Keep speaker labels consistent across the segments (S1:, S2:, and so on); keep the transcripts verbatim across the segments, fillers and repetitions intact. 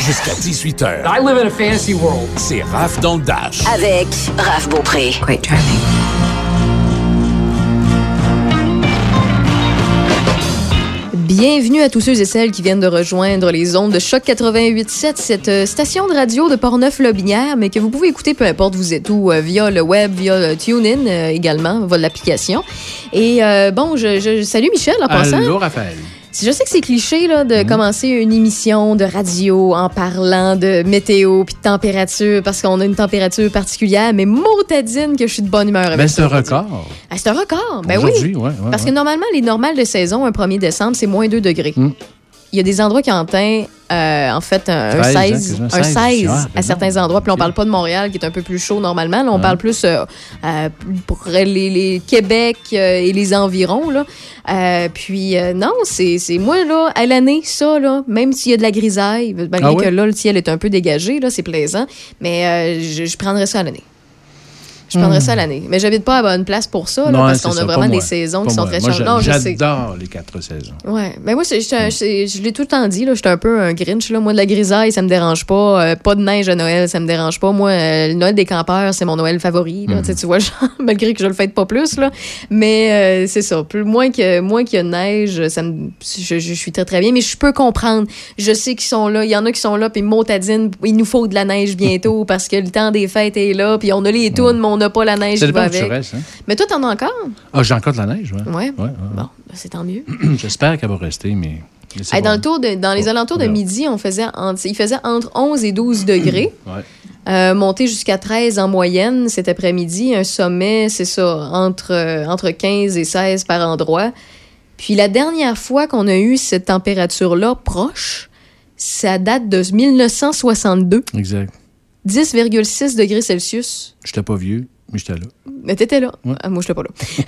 S1: Jusqu'à dix-huit heures.
S2: I live in a fantasy world.
S1: C'est Raph dans le Dash.
S3: Avec Raph Beaupré.
S4: Quite charming.
S5: Bienvenue à tous ceux et celles qui viennent de rejoindre les ondes de Choc quatre-vingt-huit sept, cette euh, station de radio de Portneuf-Lobinière, mais que vous pouvez écouter peu importe vous êtes où, euh, via le web, via le TuneIn euh, également, via l'application. Et euh, bon, je, je salue Michel en passant.
S6: Allô, Raphaël.
S5: Je sais que c'est cliché là, de mmh. commencer une émission de radio en parlant de météo puis de température parce qu'on a une température particulière, mais motadine que je suis de bonne humeur avec
S6: ben,
S5: ça.
S6: C'est un record.
S5: Ah, c'est un record. Ben
S6: Aujourd'hui,
S5: oui.
S6: Ouais, ouais,
S5: parce
S6: ouais.
S5: que normalement, les normales de saison, un premier décembre, c'est moins deux degrés.
S6: Mmh.
S5: Il y a des endroits qui ont atteint, euh, en fait, un,
S6: treize,
S5: un seize,
S6: hein,
S5: un seize
S6: ah,
S5: à certains
S6: non.
S5: endroits. Puis on parle pas de Montréal, qui est un peu plus chaud normalement. Là, on
S6: ah.
S5: parle plus euh, euh, pour les, les Québec euh, et les environs. Là. Euh, puis euh, non, c'est, c'est moi, là, à l'année, ça, là, même s'il y a de la grisaille, malgré
S6: ah, oui?
S5: que là, le ciel est un peu dégagé, là, c'est plaisant, mais euh, je, je prendrais ça à l'année. Je prendrais mmh. ça l'année. Mais j'habite pas à bonne place pour ça, là,
S6: non,
S5: parce qu'on
S6: ça,
S5: a vraiment des
S6: moi.
S5: saisons
S6: pas
S5: qui
S6: moi.
S5: sont très
S6: moi,
S5: changeantes.
S6: J'a,
S5: Non, je
S6: j'adore
S5: sais.
S6: les quatre saisons.
S5: Ouais. Mais moi, c'est, c'est, c'est, je l'ai tout le temps dit, là, je suis un peu un Grinch. Là. Moi, de la grisaille, ça me dérange pas. Euh, pas de neige à Noël, ça me dérange pas. Moi, euh, le Noël des campeurs, c'est mon Noël favori. Là. Mmh. Tu vois, genre, malgré que je le fête pas plus. Là. Mais euh, c'est ça. Plus, moins, que, moins qu'il y a de neige, ça me, je, je suis très, très bien. Mais je peux comprendre. Je sais qu'ils sont là. Il y en a qui sont là, puis motadine, il nous faut de la neige bientôt parce que le temps des fêtes est là. Puis on a les tounes, mmh. mais on n'a pas la neige qui va avec.
S6: Restes, hein?
S5: Mais toi, t'en as encore?
S6: Ah, j'ai encore de la neige, oui.
S5: Ouais.
S6: ouais, ouais.
S5: Bon, c'est tant mieux.
S6: J'espère qu'elle va rester, mais.
S5: Hey, dans, le tour de, dans les alentours de midi, on faisait entre, il faisait entre onze et douze degrés.
S6: Ouais.
S5: Euh, monté jusqu'à treize en moyenne cet après-midi. Un sommet, c'est ça, entre, euh, entre quinze et seize par endroit. Puis la dernière fois qu'on a eu cette température-là proche, ça date de dix-neuf cent soixante-deux.
S6: Exact.
S5: dix virgule six degrés Celsius.
S6: J'étais pas vieux, mais j'étais là.
S5: Mais t'étais là.
S6: Ouais.
S5: Ah, moi, j'étais pas là.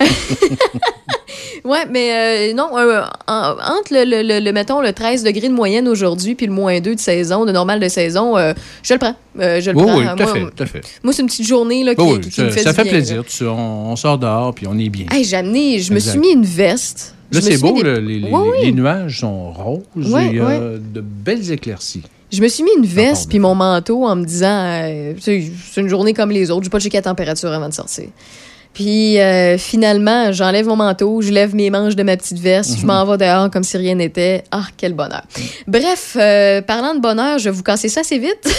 S5: Ouais, mais euh, non, euh, en, entre le, le, le, le, mettons, le treize degrés de moyenne aujourd'hui puis le moins deux de saison, de normal de saison, euh, je le prends. Euh, je le
S6: oh,
S5: prends.
S6: Oui, tout
S5: moi,
S6: à fait, tout à fait.
S5: Moi, c'est une petite journée là, qui,
S6: oh, oui,
S5: qui, qui
S6: ça,
S5: me fait
S6: ça
S5: du
S6: fait
S5: bien,
S6: plaisir. Tu, on, on sort dehors puis on est bien.
S5: Hey, j'ai amené, je me
S6: exact.
S5: suis mis une veste.
S6: Là, c'est beau,
S5: des...
S6: là, les, les,
S5: oui, oui.
S6: les nuages sont roses.
S5: Ouais,
S6: il y a
S5: ouais.
S6: de belles éclaircies.
S5: Je me suis mis une veste puis mon manteau en me disant, euh, c'est une journée comme les autres. Je n'ai pas checké la température avant de sortir. Puis euh, finalement, j'enlève mon manteau, je lève mes manches de ma petite veste, mm-hmm. je m'en vais dehors comme si rien n'était. Ah, quel bonheur. Bref, euh, parlant de bonheur, je vais vous casser ça assez vite.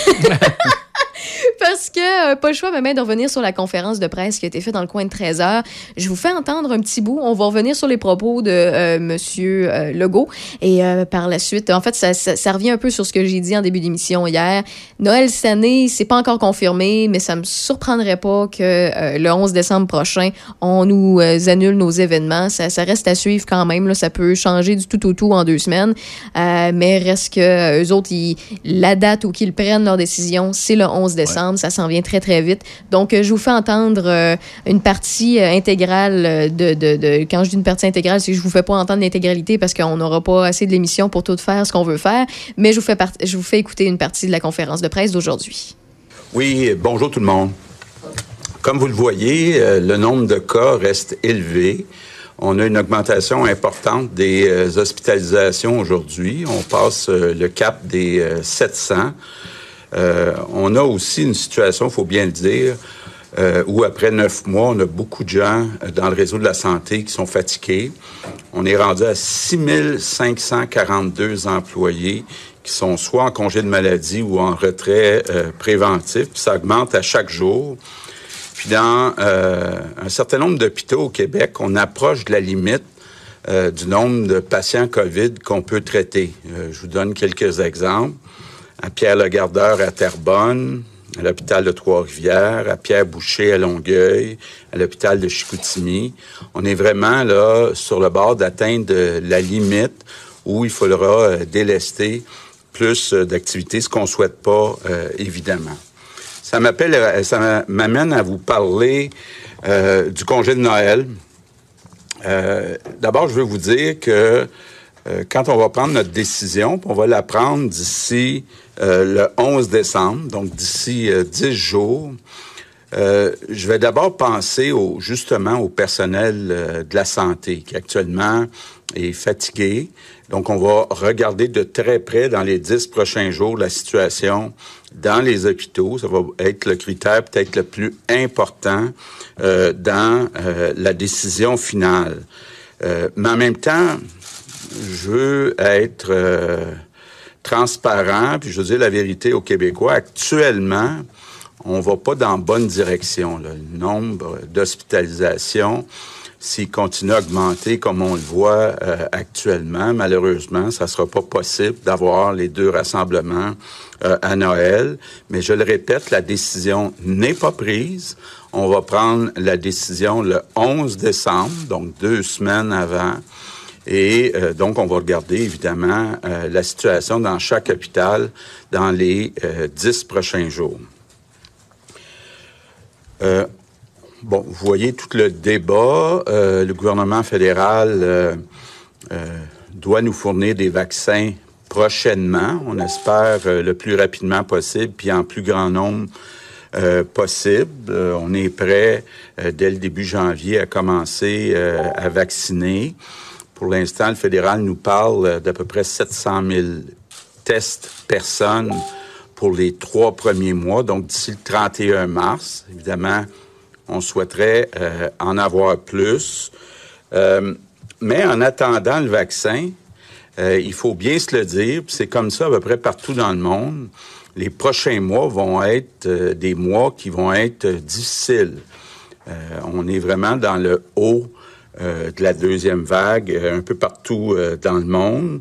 S5: Parce que, euh, pas le choix, même de revenir sur la conférence de presse qui a été faite dans le coin de treize heures. Je vous fais entendre un petit bout. On va revenir sur les propos de euh, M. Euh, Legault. Et euh, par la suite, en fait, ça, ça, ça revient un peu sur ce que j'ai dit en début d'émission hier. Noël cette année, c'est pas encore confirmé, mais ça me surprendrait pas que euh, le onze décembre prochain, on nous euh, annule nos événements. Ça, ça reste à suivre quand même. Là. Ça peut changer du tout au tout en deux semaines. Euh, mais reste que euh, eux autres, ils, la date où qu'ils prennent leur décision, c'est le onze décembre. Ouais. Ça s'en vient très, très vite. Donc, euh, je vous fais entendre euh, une partie euh, intégrale de, de, de... Quand je dis une partie intégrale, c'est que je vous fais pas entendre l'intégralité parce qu'on n'aura pas assez de l'émission pour tout faire ce qu'on veut faire. Mais je vous fais, part... je vous fais écouter une partie de la conférence de presse d'aujourd'hui.
S7: Oui, bonjour tout le monde. Comme vous le voyez, euh, le nombre de cas reste élevé. On a une augmentation importante des euh, hospitalisations aujourd'hui. On passe euh, le cap des euh, sept cents. Euh, on a aussi une situation, il faut bien le dire, euh, où après neuf mois, on a beaucoup de gens dans le réseau de la santé qui sont fatigués. On est rendu à six mille cinq cent quarante-deux employés qui sont soit en congé de maladie ou en retrait euh, préventif, puis ça augmente à chaque jour. Puis dans euh, un certain nombre d'hôpitaux au Québec, on approche de la limite euh, du nombre de patients COVID qu'on peut traiter. Euh, je vous donne quelques exemples. À Pierre-le-Gardeur à Terrebonne, à l'hôpital de Trois-Rivières, à Pierre-Boucher à Longueuil, à l'hôpital de Chicoutimi. On est vraiment là sur le bord d'atteindre la limite où il faudra euh, délester plus euh, d'activités, ce qu'on ne souhaite pas, euh, évidemment. Ça m'appelle, ça m'amène à vous parler euh, du congé de Noël. Euh, d'abord, je veux vous dire que euh, quand on va prendre notre décision, on va la prendre d'ici euh, le onze décembre, donc d'ici euh, dix jours, Euh, je vais d'abord penser au, justement au personnel euh, de la santé qui actuellement est fatigué. Donc, on va regarder de très près dans les dix prochains jours la situation dans les hôpitaux. Ça va être le critère peut-être le plus important euh, dans euh, la décision finale. Euh, mais en même temps, je veux être euh, transparent, puis je veux dire la vérité aux Québécois. Actuellement, on va pas dans la bonne direction, là. Le nombre d'hospitalisations, s'il continue à augmenter comme on le voit euh, actuellement, malheureusement, ça sera pas possible d'avoir les deux rassemblements euh, à Noël. Mais je le répète, la décision n'est pas prise. On va prendre la décision le onze décembre, donc deux semaines avant. Et euh, donc, on va regarder, évidemment, euh, la situation dans chaque hôpital dans les euh, dix prochains jours. Euh, bon, vous voyez tout le débat. Euh, le gouvernement fédéral euh, euh, doit nous fournir des vaccins prochainement. On espère euh, le plus rapidement possible, puis en plus grand nombre euh, possible. Euh, on est prêt, euh, dès le début janvier, à commencer euh, à vacciner. Pour l'instant, le fédéral nous parle d'à peu près sept cent mille tests personnes pour les trois premiers mois, donc d'ici le trente et un mars. Évidemment, on souhaiterait euh, en avoir plus. Euh, mais en attendant le vaccin, euh, il faut bien se le dire, c'est comme ça à peu près partout dans le monde, les prochains mois vont être euh, des mois qui vont être euh, difficiles. Euh, on est vraiment dans le haut euh, de la deuxième vague, euh, un peu partout euh, dans le monde.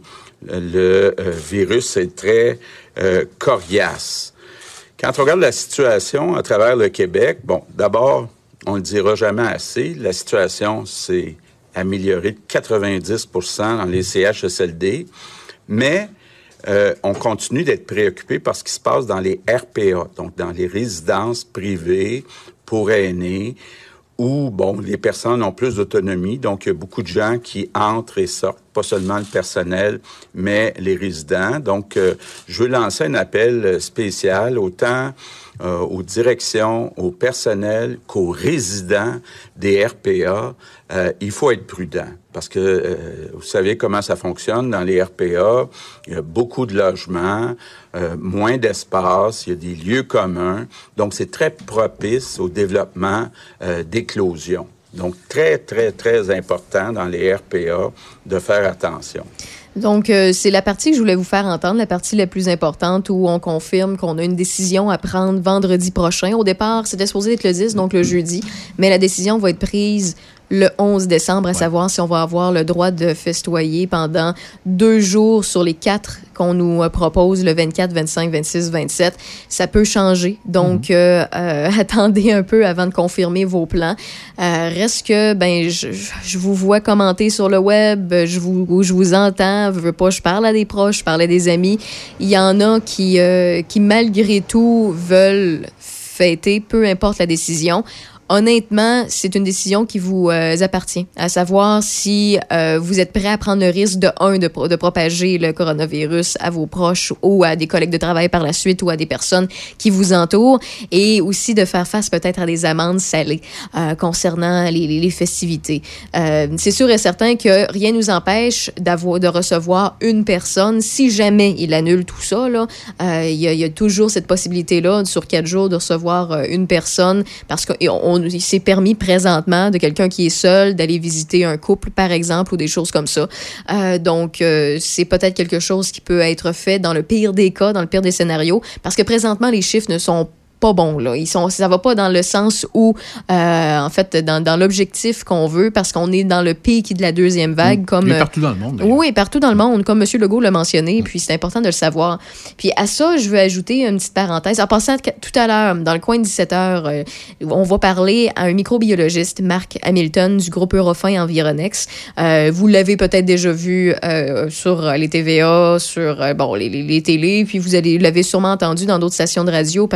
S7: Le euh, virus est très euh, coriace. Quand on regarde la situation à travers le Québec, bon, d'abord, on ne le dira jamais assez, la situation s'est améliorée de quatre-vingt-dix pour cent dans les C H S L D, mais euh, on continue d'être préoccupé par ce qui se passe dans les R P A, donc dans les résidences privées pour aînés, où, bon, les personnes ont plus d'autonomie, donc il y a beaucoup de gens qui entrent et sortent, pas seulement le personnel, mais les résidents. Donc, euh, je veux lancer un appel spécial autant euh, aux directions, au personnel qu'aux résidents des R P A. Euh, il faut être prudent parce que euh, vous savez comment ça fonctionne dans les R P A. Il y a beaucoup de logements, euh, moins d'espace, il y a des lieux communs. Donc, c'est très propice au développement euh, d'éclosion. Donc, très, très, très important dans les R P A de faire attention.
S5: Donc, euh, c'est la partie que je voulais vous faire entendre, la partie la plus importante où on confirme qu'on a une décision à prendre vendredi prochain. Au départ, c'était supposé être le dix, donc le jeudi, mais la décision va être prise le onze décembre, à ouais. savoir si on va avoir le droit de festoyer pendant deux jours sur les quatre qu'on nous propose, le vingt-quatre, vingt-cinq, vingt-six, vingt-sept. Ça peut changer, donc mm-hmm. euh, euh, attendez un peu avant de confirmer vos plans. Euh, reste que, ben, je, je vous vois commenter sur le web, je vous, je vous entends, je veux pas, je parle à des proches, je parle à des amis. Il y en a qui, euh, qui malgré tout, veulent fêter, peu importe la décision. Honnêtement, c'est une décision qui vous euh, appartient, à savoir si euh, vous êtes prêt à prendre le risque de, un, de, de propager le coronavirus à vos proches ou à des collègues de travail par la suite ou à des personnes qui vous entourent, et aussi de faire face peut-être à des amendes salées euh, concernant les, les, les festivités. Euh, c'est sûr et certain que rien nous empêche d'avoir, de recevoir une personne. Si jamais il annule tout ça, là, euh, il y a, il y a toujours cette possibilité-là sur quatre jours de recevoir euh, une personne, parce qu'on il s'est permis présentement de quelqu'un qui est seul d'aller visiter un couple, par exemple, ou des choses comme ça. Euh, donc, euh, c'est peut-être quelque chose qui peut être fait dans le pire des cas, dans le pire des scénarios, parce que présentement, les chiffres ne sont pas bon, là. Ils sont, ça va pas dans le sens où, euh, en fait, dans, dans l'objectif qu'on veut, parce qu'on est dans le pic de la deuxième vague, mmh. comme...
S6: Mais partout dans le monde, d'ailleurs.
S5: Oui, partout dans le monde, comme M. Legault l'a mentionné, mmh. puis c'est important de le savoir. Puis à ça, je veux ajouter une petite parenthèse. En passant tout à l'heure, dans le coin de dix-sept heures, euh, on va parler à un microbiologiste, Marc Hamilton, du groupe Eurofin Environex. Euh, vous l'avez peut-être déjà vu euh, sur les T V A, sur euh, bon les, les, les télés, puis vous allez l'avez sûrement entendu dans d'autres stations de radio, parce que c'est un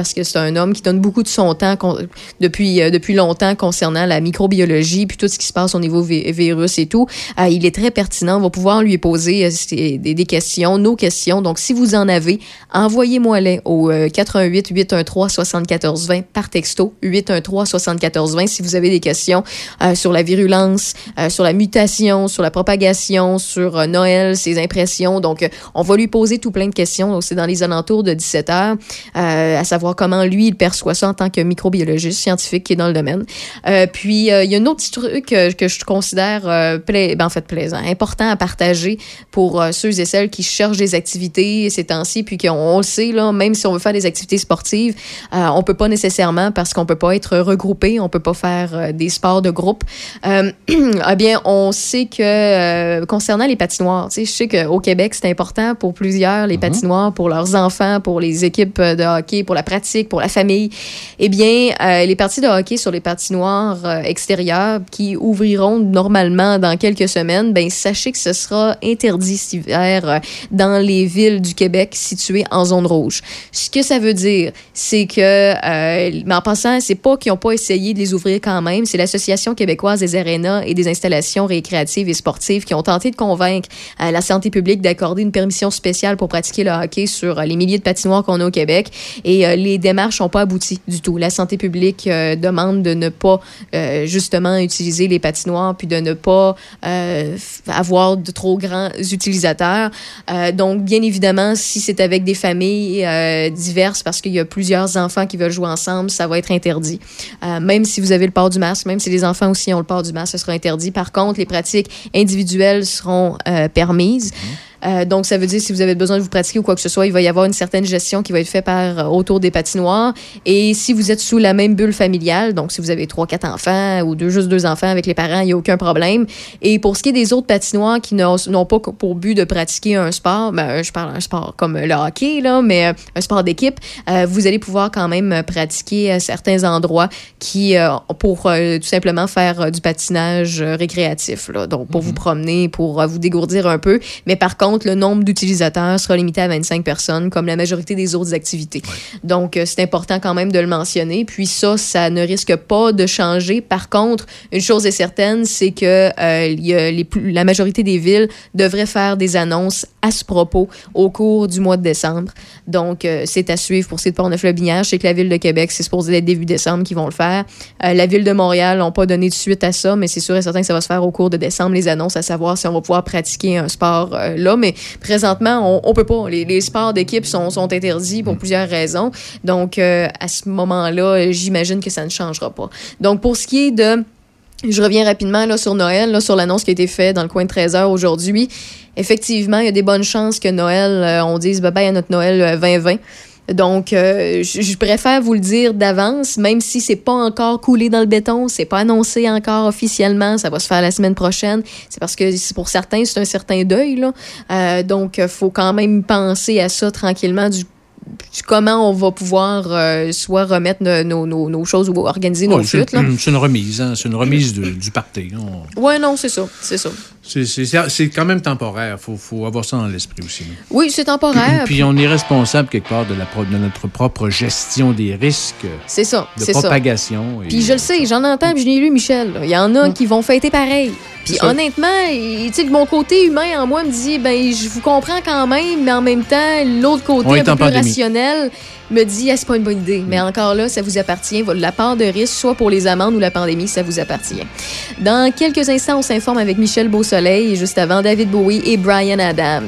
S5: un homme qui donne beaucoup de son temps con, depuis, euh, depuis longtemps concernant la microbiologie, puis tout ce qui se passe au niveau vi- virus et tout. Euh, il est très pertinent. On va pouvoir lui poser euh, des, des questions, nos questions. Donc, si vous en avez, envoyez-moi-les au euh, quatre un huit, huit un trois, sept quatre deux zéro par texto, huit un trois, sept quatre deux zéro si vous avez des questions euh, sur la virulence, euh, sur la mutation, sur la propagation, sur euh, Noël, ses impressions. Donc, euh, on va lui poser tout plein de questions. Donc, c'est dans les alentours de dix-sept heures, euh, à savoir comment lui, il perçoit ça en tant que microbiologiste scientifique qui est dans le domaine. Euh, puis, euh, il y a un autre petit truc euh, que je considère, euh, pla- ben, en fait, plaisant, important à partager pour euh, ceux et celles qui cherchent des activités ces temps-ci, puis qu'on on le sait, là, même si on veut faire des activités sportives, euh, on peut pas nécessairement, parce qu'on peut pas être regroupé, on peut pas faire euh, des sports de groupe. Euh, eh bien, on sait que euh, concernant les patinoires, tu sais, je sais qu'au Québec, c'est important pour plusieurs, les mm-hmm. patinoires, pour leurs enfants, pour les équipes de hockey, pour la pratique, pour la famille. Eh bien, euh, les parties de hockey sur les patinoires euh, extérieures qui ouvriront normalement dans quelques semaines, ben sachez que ce sera interdit cet hiver euh, dans les villes du Québec situées en zone rouge. Ce que ça veut dire, c'est que, euh, mais en passant, c'est pas qu'ils n'ont pas essayé de les ouvrir quand même, c'est l'Association québécoise des arénas et des installations récréatives et sportives qui ont tenté de convaincre euh, la santé publique d'accorder une permission spéciale pour pratiquer le hockey sur euh, les milliers de patinoires qu'on a au Québec. Et euh, les démarches n'ont pas abouti du tout. La santé publique euh, demande de ne pas euh, justement utiliser les patinoires puis de ne pas euh, avoir de trop grands utilisateurs. Euh, donc, bien évidemment, si c'est avec des familles euh, diverses parce qu'il y a plusieurs enfants qui veulent jouer ensemble, ça va être interdit. Euh, même si vous avez le port du masque, même si les enfants aussi ont le port du masque, ce sera interdit. Par contre, les pratiques individuelles seront euh, permises. Mmh. Euh, donc, ça veut dire si vous avez besoin de vous pratiquer ou quoi que ce soit, il va y avoir une certaine gestion qui va être faite par euh, autour des patinoires. Et si vous êtes sous la même bulle familiale, donc si vous avez trois, quatre enfants ou deux, juste deux enfants avec les parents, il n'y a aucun problème. Et pour ce qui est des autres patinoires qui n'ont, n'ont pas pour but de pratiquer un sport, ben, je parle d'un sport comme le hockey, là, mais euh, un sport d'équipe, euh, vous allez pouvoir quand même pratiquer à certains endroits qui, euh, pour euh, tout simplement faire euh, du patinage euh, récréatif, là. Donc, pour mm-hmm. vous promener, pour euh, vous dégourdir un peu. Mais par contre, le nombre d'utilisateurs sera limité à vingt-cinq personnes, comme la majorité des autres activités. Ouais. Donc, euh, c'est important quand même de le mentionner. Puis ça, ça ne risque pas de changer. Par contre, une chose est certaine, c'est que euh, y a les plus, la majorité des villes devraient faire des annonces à ce propos au cours du mois de décembre. Donc, euh, c'est à suivre pour ces de Portneuf-Lobinière. Je sais que la Ville de Québec, c'est supposé être début décembre qu'ils vont le faire. Euh, la Ville de Montréal n'ont pas donné de suite à ça, mais c'est sûr et certain que ça va se faire au cours de décembre, les annonces, à savoir si on va pouvoir pratiquer un sport euh, là. Mais présentement, on, on peut pas. Les, les sports d'équipe sont, sont interdits pour plusieurs raisons. Donc, euh, à ce moment-là, j'imagine que ça ne changera pas. Donc, pour ce qui est de... Je reviens rapidement là, sur Noël, là, sur l'annonce qui a été faite dans le coin de treize heures aujourd'hui. Effectivement, il y a des bonnes chances que Noël, euh, on dise bye-bye à notre Noël euh, vingt vingt. Donc, euh, je préfère vous le dire d'avance, même si c'est pas encore coulé dans le béton, c'est pas annoncé encore officiellement, ça va se faire la semaine prochaine. C'est parce que pour certains, c'est un certain deuil, là. Euh, donc, il faut quand même penser à ça tranquillement du comment on va pouvoir euh, soit remettre nos, nos, nos choses ou organiser nos
S6: ouais,
S5: chutes.
S6: C'est, c'est une remise, hein? C'est une remise de, du party. On...
S5: Oui, non, c'est ça, c'est ça.
S6: C'est, c'est, c'est quand même temporaire. Il faut, faut avoir ça dans l'esprit aussi. Là.
S5: Oui, c'est temporaire.
S6: Puis on est responsable quelque part de, la, de notre propre gestion des risques.
S5: C'est ça,
S6: de
S5: c'est
S6: propagation.
S5: ça. Puis je le sais, j'en entends, puis je l'ai lu, Michel. Il y en a
S6: mmh.
S5: qui vont fêter pareil. Puis honnêtement, tu sais, mon côté humain en moi me dit, ben je vous comprends quand même, mais en même temps, l'autre côté un peu plus pandémie. rationnel me dit, ah, c'est pas une bonne idée. Mmh. Mais encore là, ça vous appartient. La part de risque, soit pour les amendes ou la pandémie, ça vous appartient. Dans quelques instants, on s'informe avec Michel Beausoleil, et juste avant, David Bowie et Bryan Adams.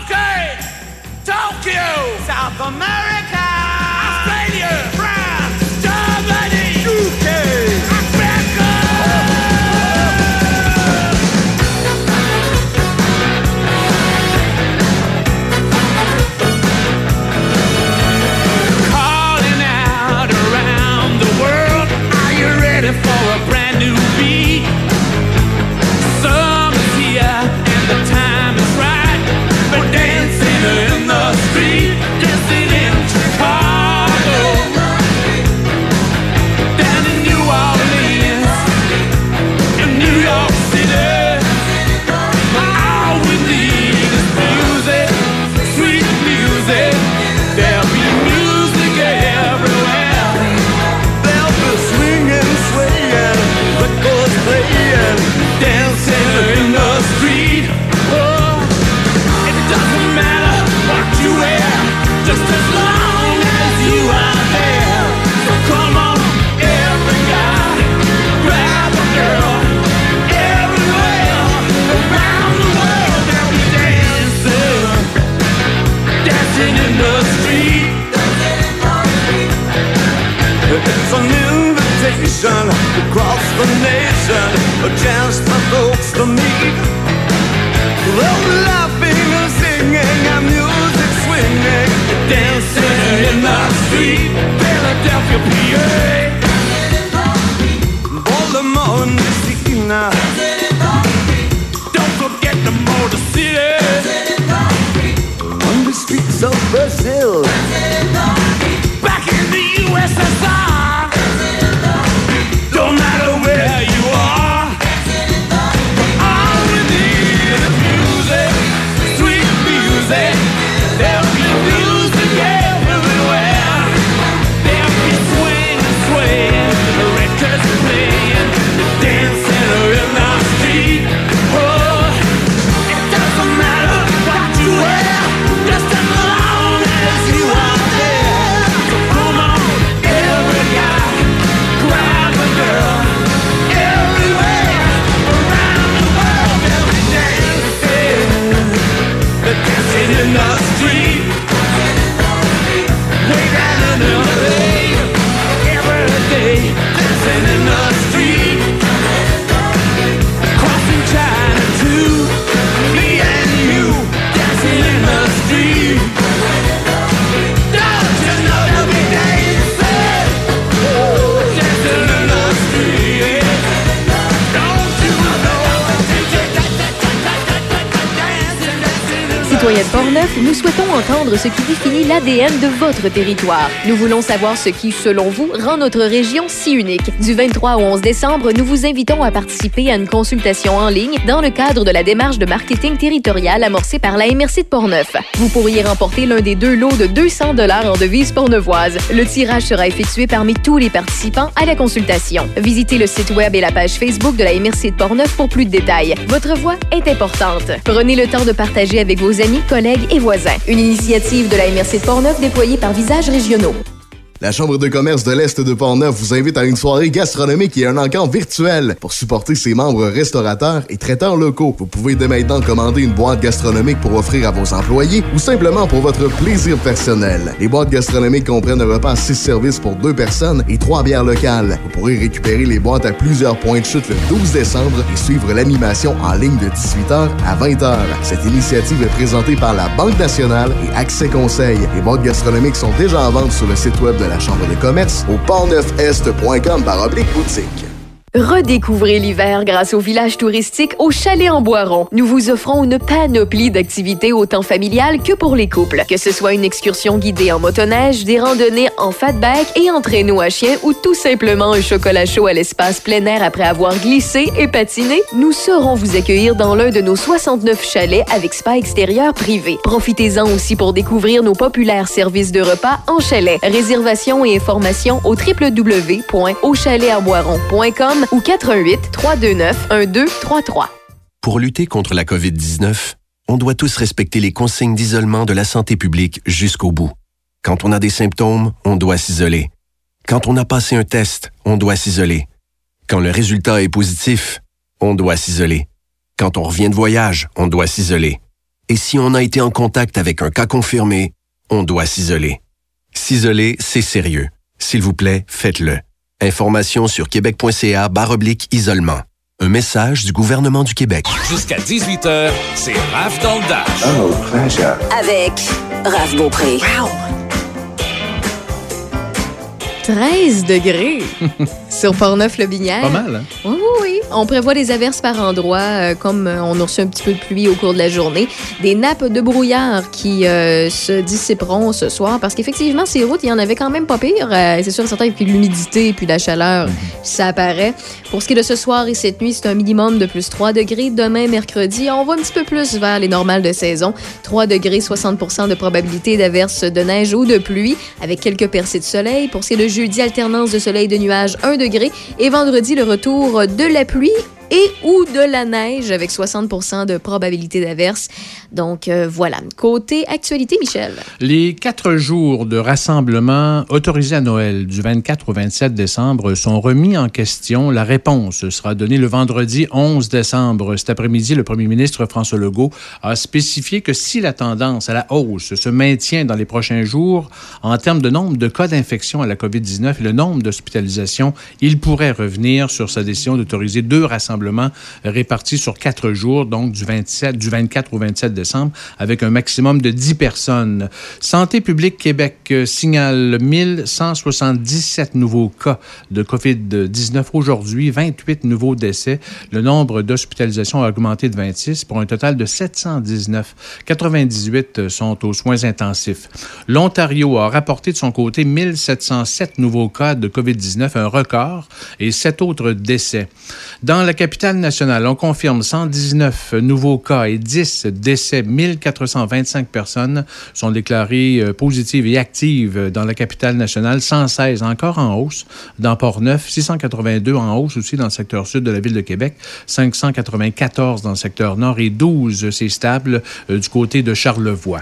S1: Okay, Tokyo, South America, Australia, France, Germany, U K, Africa. Calling out around the world, are you ready for a brand new beat? Summer's here and the time is right. We're dancing in the street, dancing in Chicago, down in New Orleans, in New York City. All we need is music, sweet music. There'll be music everywhere. There'll be swinging, swaying, records playing, dancing in the street. Oh, it doesn't matter what you wear, just as long as you are there. So come on, every guy, grab a girl, everywhere, around the world. They'll be dancing, dancing in the street. It's an invitation across the nation, a chance for folks to meet. They'll be laughing and singing and music swinging, dancing in the street. Philadelphia, P A, Baltimore, Messina. Don't forget the Motor City, on the streets of Brazil, back in the U S S R. Don't matter where you are, all we need is music, sweet music. There'll be music everywhere. There'll be swing and swaying, records playing, dancing in the street. Oh, it doesn't matter what you wear, just as long as you are there. So come on, every guy, grab a girl, everywhere, around the world. They'll be dancing, they're dancing in the street, way down in L A, every day, dancing in the street, crossing China too, me and you, dancing in the street. Don't you know they'll be dancing, dancing in the street? Don't you know, dancing, dancing in the
S2: Citoyens de Portneuf, nous souhaitons entendre ce qui définit l'A D N de votre territoire. Nous voulons savoir ce qui, selon vous, rend notre région si unique. Du vingt-trois au onze décembre, nous vous invitons à participer à une consultation en ligne dans le cadre de la démarche de marketing territorial amorcée par la M R C de Portneuf. Vous pourriez remporter l'un des deux lots de deux cents dollars en devises portneuvoises. Le tirage sera effectué parmi tous les participants à la consultation. Visitez le site web et la page Facebook de la M R C de Portneuf pour plus de détails. Votre voix est importante. Prenez le temps de partager avec vos amis, collègues et voisins. Une initiative de la M R C de Portneuf déployée par Visages Régionaux.
S4: La Chambre de commerce de l'Est de Portneuf vous invite à une soirée gastronomique et un encamp virtuel pour supporter ses membres restaurateurs et traiteurs locaux. Vous pouvez dès maintenant commander une boîte gastronomique pour offrir à vos employés ou simplement pour votre plaisir personnel. Les boîtes gastronomiques comprennent un repas à six services pour deux personnes et trois bières locales. Vous pourrez récupérer les boîtes à plusieurs points de chute le douze décembre et suivre l'animation en ligne de dix-huit heures à vingt heures. Cette initiative est présentée par la Banque nationale et Accès Conseil. Les boîtes gastronomiques sont déjà en vente sur le site web de la Chambre de commerce au portneufest point com par oblique boutique.
S2: Redécouvrez l'hiver grâce au village touristique au Chalet en Boiron. Nous vous offrons une panoplie d'activités autant familiales que pour les couples. Que ce soit une excursion guidée en motoneige, des randonnées en fatback et en traîneau à chien ou tout simplement un chocolat chaud à l'espace plein air après avoir glissé et patiné, nous saurons vous accueillir dans l'un de nos soixante-neuf chalets avec spa extérieur privé. Profitez-en aussi pour découvrir nos populaires services de repas en chalet. Réservation et informations au w w w point au chalet en boiron point com ou quatre un huit, trois deux neuf, un deux trois trois.
S8: Pour lutter contre la covid dix-neuf, on doit tous respecter les consignes d'isolement de la santé publique jusqu'au bout. Quand on a des symptômes, on doit s'isoler. Quand on a passé un test, on doit s'isoler. Quand le résultat est positif, on doit s'isoler. Quand on revient de voyage, on doit s'isoler. Et si on a été en contact avec un cas confirmé, on doit s'isoler. S'isoler, c'est sérieux. S'il vous plaît, faites-le. Information sur québec.ca barre oblique isolement. Un message du gouvernement du Québec.
S9: Jusqu'à dix-huit heures, c'est Raph dans le Dash.
S3: Oh, pleasure. Avec Raph Beaupré.
S5: Wow! treize degrés sur Portneuf-Lobinière.
S6: Pas mal, hein?
S5: Oui, oui, oui. On prévoit des averses par endroits, euh, comme euh, on a reçu un petit peu de pluie au cours de la journée. Des nappes de brouillard qui euh, se dissiperont ce soir, parce qu'effectivement, ces routes, il y en avait quand même pas pire. Euh, c'est sûr et certain, et puis l'humidité et puis la chaleur, mm-hmm. ça apparaît. Pour ce qui est de ce soir et cette nuit, c'est un minimum de plus trois degrés. Demain, mercredi, on va un petit peu plus vers les normales de saison. trois degrés, soixante pour cent de probabilité d'averses de neige ou de pluie, avec quelques percées de soleil. Pour ce qui est de jeudi, alternance de soleil et de nuages, un degré. Et vendredi, le retour de la pluie et ou de la neige avec soixante pour cent de probabilité d'averse. Donc, euh, voilà. Côté actualité, Michel.
S6: Les quatre jours de rassemblement autorisés à Noël du vingt-quatre au vingt-sept décembre sont remis en question. La réponse sera donnée le vendredi onze décembre. Cet après-midi, le premier ministre François Legault a spécifié que si la tendance à la hausse se maintient dans les prochains jours, en termes de nombre de cas d'infection à la covid dix-neuf et le nombre d'hospitalisations, il pourrait revenir sur sa décision d'autoriser deux rassemblements répartis sur quatre jours, donc du, vingt-sept, du vingt-quatre au vingt-sept décembre, avec un maximum de dix personnes. Santé publique Québec signale mille cent soixante-dix-sept nouveaux cas de covid dix-neuf aujourd'hui, vingt-huit nouveaux décès. Le nombre d'hospitalisations a augmenté de vingt-six pour un total de sept cent dix-neuf. quatre-vingt-dix-huit sont aux soins intensifs. L'Ontario a rapporté de son côté mille sept cent sept nouveaux cas de covid dix-neuf, un record, et sept autres décès. Dans la capitale nationale, on confirme cent dix-neuf nouveaux cas et dix décès. mille quatre cent vingt-cinq personnes sont déclarées positives et actives dans la capitale nationale. cent seize encore en hausse dans Portneuf. six cent quatre-vingt-deux en hausse aussi dans le secteur sud de la ville de Québec. cinq cent quatre-vingt-quatorze dans le secteur nord et douze, c'est stable, euh, du côté de Charlevoix.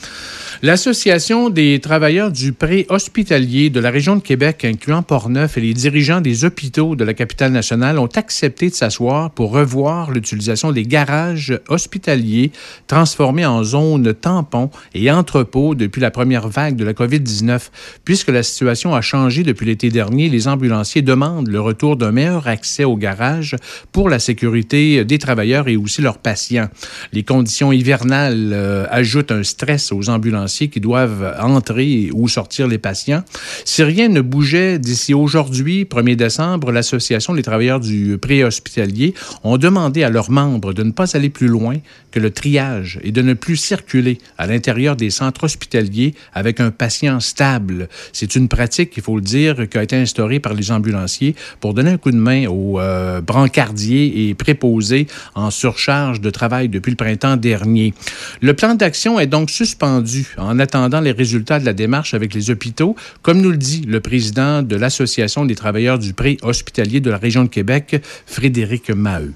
S6: L'Association des travailleurs du pré-hospitalier de la région de Québec, incluant Portneuf, et les dirigeants des hôpitaux de la capitale nationale ont accepté de s'asseoir pour revoir l'utilisation des garages hospitaliers transformés en zones tampons et entrepôts depuis la première vague de la covid dix-neuf. Puisque la situation a changé depuis l'été dernier, les ambulanciers demandent le retour d'un meilleur accès aux garages pour la sécurité des travailleurs et aussi leurs patients. Les conditions hivernales euh, ajoutent un stress aux ambulanciers qui doivent entrer ou sortir les patients. Si rien ne bougeait d'ici aujourd'hui, premier décembre, l'Association des travailleurs du pré-hospitalier ont demandé à leurs membres de ne pas aller plus loin que le triage et de ne plus circuler à l'intérieur des centres hospitaliers avec un patient stable. C'est une pratique, il faut le dire, qui a été instaurée par les ambulanciers pour donner un coup de main aux euh, brancardiers et préposés en surcharge de travail depuis le printemps dernier. Le plan d'action est donc suspendu en attendant les résultats de la démarche avec les hôpitaux, comme nous le dit le président de l'Association des travailleurs du pré-hospitalier de la région de Québec, Frédéric Maheu.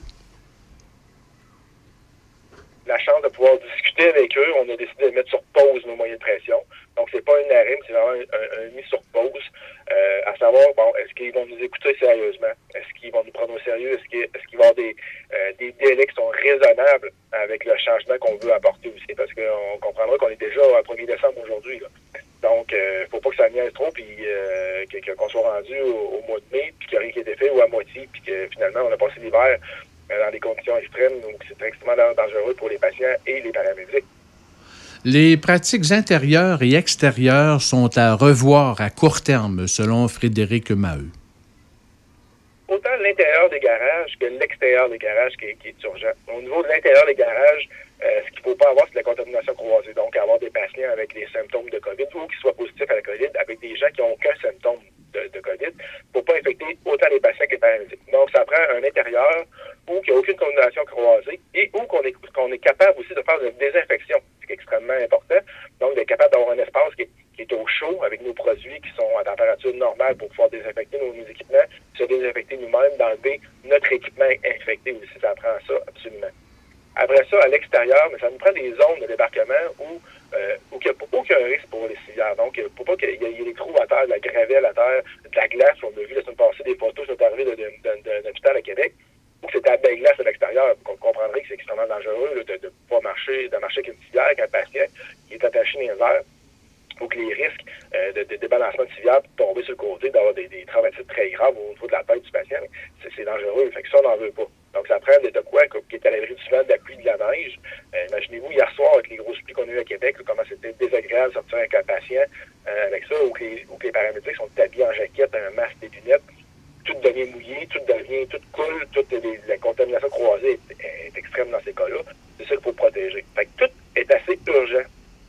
S10: La chance de pouvoir discuter avec eux, on a décidé de mettre sur pause nos moyens de pression. Donc, c'est pas une arrêt, c'est vraiment un, un, un mis sur pause, euh, à savoir, bon, est-ce qu'ils vont nous écouter sérieusement? Est-ce qu'ils vont nous prendre au sérieux? Est-ce qu'il, est-ce qu'il va y avoir des, euh, des délais qui sont raisonnables avec le changement qu'on veut apporter aussi? Parce qu'on comprendra qu'on est déjà au premier décembre aujourd'hui, là. Donc, euh, faut pas que ça niaise trop, puis euh, que, qu'on soit rendu au, au mois de mai, puis qu'il n'y a rien qui a été fait, ou à moitié, puis que finalement, on a passé l'hiver euh, dans des conditions extrêmes, donc c'est extrêmement dangereux pour les patients et les paramédics.
S6: Les pratiques intérieures et extérieures sont à revoir à court terme, selon Frédéric Maheu.
S10: Autant l'intérieur des garages que l'extérieur des garages qui est, qui est urgent. Au niveau de l'intérieur des garages, euh, ce qu'il ne faut pas avoir, c'est la contamination croisée. Donc, avoir des patients avec des symptômes de COVID ou qui soient positifs à la COVID, avec des gens qui n'ont aucun symptôme de, de COVID, pour ne pas infecter autant les patients que les paramédics. Donc, ça prend un intérieur où il n'y a aucune contamination croisée et où qu'on est, qu'on est capable aussi de faire de la désinfection. C'est extrêmement important. Donc, d'être capable d'avoir un espace qui est, qui est au chaud avec nos produits qui sont à température normale pour pouvoir désinfecter nos, nos équipements, se désinfecter nous-mêmes, d'enlever notre équipement infecté aussi. Ça prend ça, absolument. Après ça, à l'extérieur, mais ça nous prend des zones de débarquement où, euh, où il n'y a aucun risque pour les civières. Donc, il ne faut pas qu'il y ait des trous à terre, de la gravelle à terre, de la glace. On a vu la semaine passée des photos qui sont arrivées d'un hôpital à Québec où c'était à belle glace à l'extérieur. civière. Vous comprendrez que c'est extrêmement dangereux là, de ne pas marcher, de marcher avec une civière, avec un patient qui est attaché dans les airs. Donc, les risques euh, de, de débalancement de civière, de tomber sur le côté, d'avoir des, des traumatismes très graves au niveau de la tête du patient, c'est, c'est dangereux. Fait que ça, on n'en veut pas. Donc, ça prend de, de quoi qui est à l'abri du vent, de la pluie, de la neige. Euh, imaginez-vous, hier soir, avec les grosses pluies qu'on a eues à Québec, là, comment c'était désagréable de sortir avec un patient euh, avec ça, ou que, les, ou que les paramédics sont habillés en jaquette, un masque, des lunettes. Tout devient mouillé, tout devient, tout coule, toute les, la contamination croisée est, est extrême dans ces cas-là. C'est ça qu'il faut protéger. Fait que tout est assez urgent.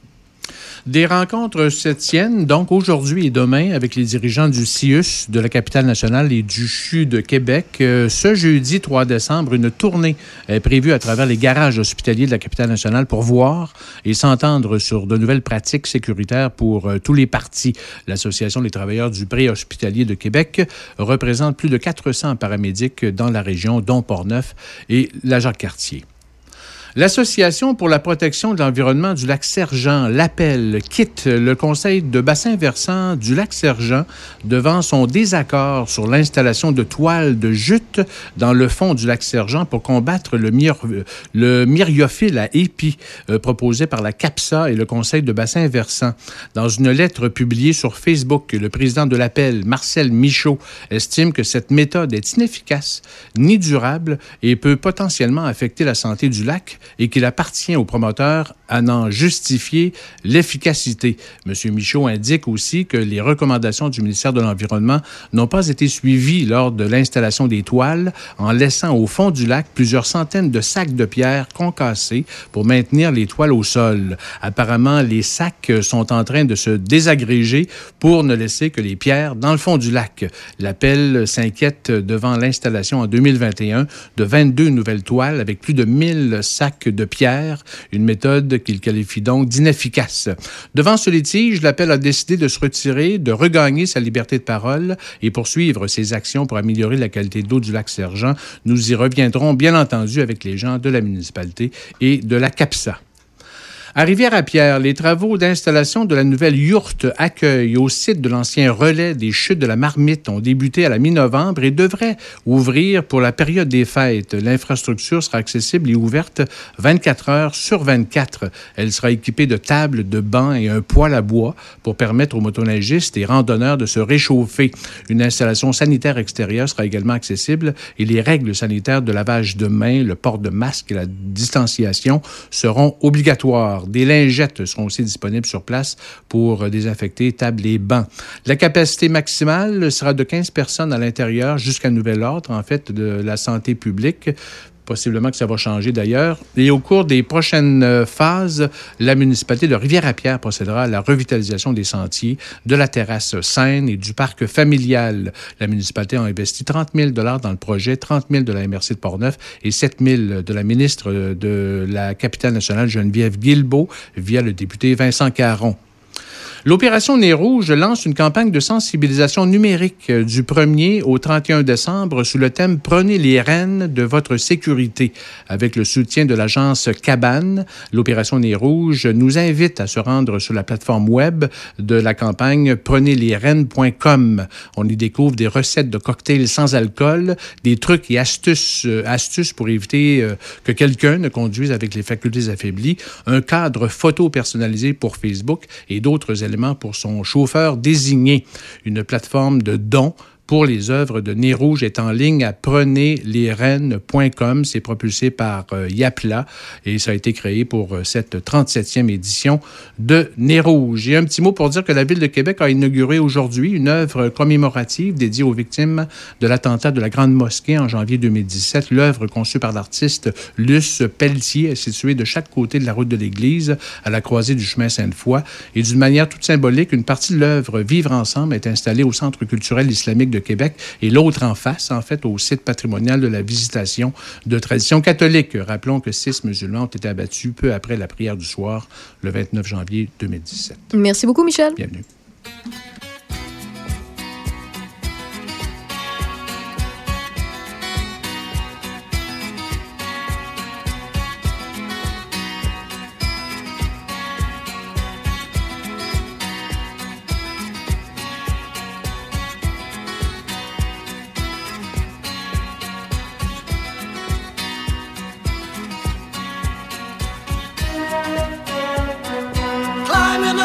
S6: Des rencontres se tiennent donc aujourd'hui et demain avec les dirigeants du C I U S de la capitale nationale et du C H U de Québec. Euh, ce jeudi trois décembre, une tournée est prévue à travers les garages hospitaliers de la capitale nationale pour voir et s'entendre sur de nouvelles pratiques sécuritaires pour euh, tous les partis. L'Association des travailleurs du préhospitalier de Québec représente plus de quatre cents paramédics dans la région, dont Portneuf et la Jacques-Cartier. L'Association pour la protection de l'environnement du Lac-Sergent, l'Appel, quitte le conseil de bassin versant du Lac-Sergent devant son désaccord sur l'installation de toiles de jute dans le fond du Lac-Sergent pour combattre le, myr- le myriophile à épis euh, proposé par la CAPSA et le conseil de bassin versant. Dans une lettre publiée sur Facebook, le président de l'Appel, Marcel Michaud, estime que cette méthode est inefficace, ni durable et peut potentiellement affecter la santé du lac et qu'il appartient aux promoteurs à en justifier l'efficacité. M. Michaud indique aussi que les recommandations du ministère de l'Environnement n'ont pas été suivies lors de l'installation des toiles, en laissant au fond du lac plusieurs centaines de sacs de pierre concassés pour maintenir les toiles au sol. Apparemment, les sacs sont en train de se désagréger pour ne laisser que les pierres dans le fond du lac. L'Appel s'inquiète devant l'installation en deux mille vingt et un de vingt-deux nouvelles toiles avec plus de mille sacs de pierre, une méthode qu'il qualifie donc d'inefficace. Devant ce litige, l'Appel a décidé de se retirer, de regagner sa liberté de parole et poursuivre ses actions pour améliorer la qualité de l'eau du Lac-Sergent. Nous y reviendrons, bien entendu, avec les gens de la municipalité et de la CAPSA. À Rivière-à-Pierre, les travaux d'installation de la nouvelle yourte accueil au site de l'ancien relais des Chutes de la Marmite ont débuté à la mi-novembre et devraient ouvrir pour la période des fêtes. L'infrastructure sera accessible et ouverte vingt-quatre heures sur vingt-quatre. Elle sera équipée de tables, de bancs et un poêle à bois pour permettre aux motoneigistes et randonneurs de se réchauffer. Une installation sanitaire extérieure sera également accessible et les règles sanitaires de lavage de mains, le port de masque et la distanciation seront obligatoires. Des lingettes seront aussi disponibles sur place pour désinfecter tables et bancs. La capacité maximale sera de quinze personnes à l'intérieur jusqu'à nouvel ordre, en fait, de la santé publique. Possiblement que ça va changer d'ailleurs. Et au cours des prochaines phases, la municipalité de Rivière-à-Pierre procédera à la revitalisation des sentiers, de la terrasse Seine et du parc familial. La municipalité a investi trente mille dollars dans le projet, trente mille de la M R C de Portneuf et sept mille de la ministre de la capitale nationale, Geneviève Guilbeault, via le député Vincent Caron. L'Opération Nez Rouge lance une campagne de sensibilisation numérique du premier au trente et un décembre sous le thème « Prenez les rênes de votre sécurité ». Avec le soutien de l'agence Cabane, l'Opération Nez Rouge nous invite à se rendre sur la plateforme web de la campagne prenez les rênes point com. On y découvre des recettes de cocktails sans alcool, des trucs et astuces, euh, astuces pour éviter euh, que quelqu'un ne conduise avec les facultés affaiblies, un cadre photo personnalisé pour Facebook et d'autres éléments pour son chauffeur désigné. Une plateforme de dons pour les œuvres de Nez Rouge est en ligne à prenez les rênes point com. C'est propulsé par euh, Yapla et ça a été créé pour euh, cette trente-septième édition de Nez Rouge. Et un petit mot pour dire que la Ville de Québec a inauguré aujourd'hui une œuvre commémorative dédiée aux victimes de l'attentat de la Grande Mosquée en janvier deux mille dix-sept. L'œuvre conçue par l'artiste Luce Pelletier est située de chaque côté de la route de l'église à la croisée du chemin Sainte-Foy. Et d'une manière toute symbolique, une partie de l'œuvre Vivre ensemble est installée au Centre culturel islamique de Québec et l'autre en face, en fait, au site patrimonial de la Visitation de tradition catholique. Rappelons que six musulmans ont été abattus peu après la prière du soir, le vingt-neuf janvier deux mille dix-sept.
S5: Merci beaucoup, Michel.
S6: Bienvenue.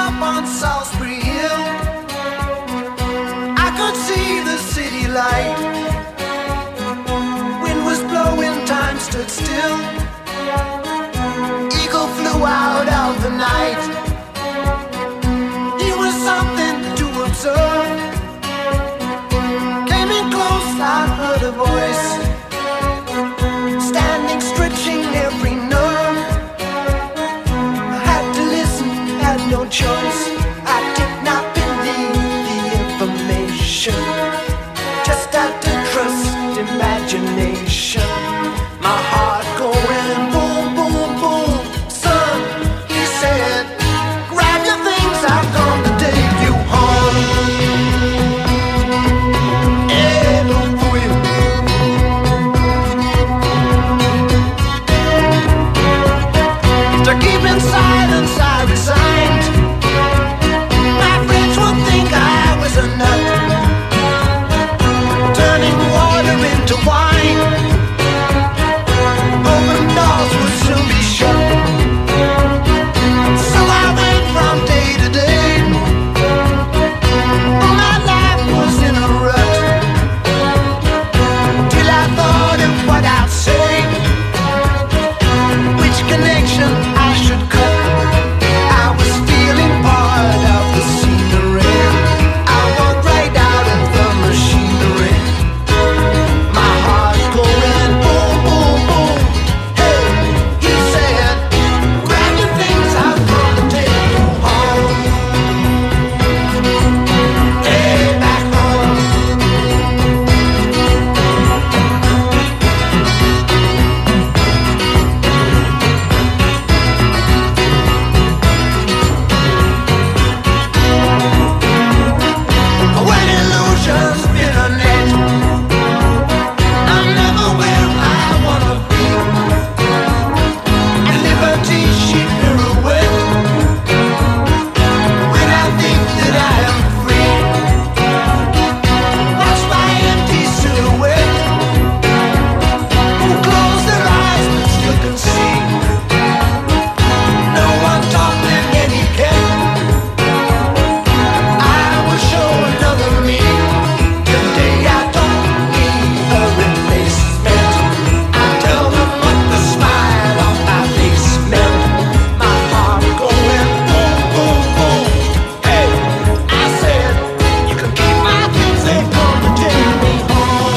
S11: up on Salisbury Hill, I could see the city light. Wind was blowing, time stood still. Eagle flew out of the night. He was something to observe. Came in close, I heard a voice, standing, stretching every nerve. I had to listen, had no choice. I did not believe the information, just had to trust imagination. My heart going boom, boom, boom. Son, he said, grab your things, I've come to take you home. Yeah, don't quit. To keep in silence, I resigned. My friends would think I was a nut, turning water into wine. Open doors would soon be shut. So I went from day to day. My life was in a rut, till I thought of what I'd say, which connection I should cut. I was feeling part of the scenery. I walked right out of the machinery. My heart going boom, boom, boom. Hey, he said, grab your things, I've come to take you home. Hey, back home. When illusions spin a net, I'm never where I wanna be. At liberty she pirouette, when I think that I am free. Watch my empty silhouette, who close their eyes but still can see. No one taught them any care. I will show another me. Today I don't need a replacement. I tell them what the smile on my face meant. My heart going boom, boom, boom. Hey, I said, you can keep my things, they come to take me home.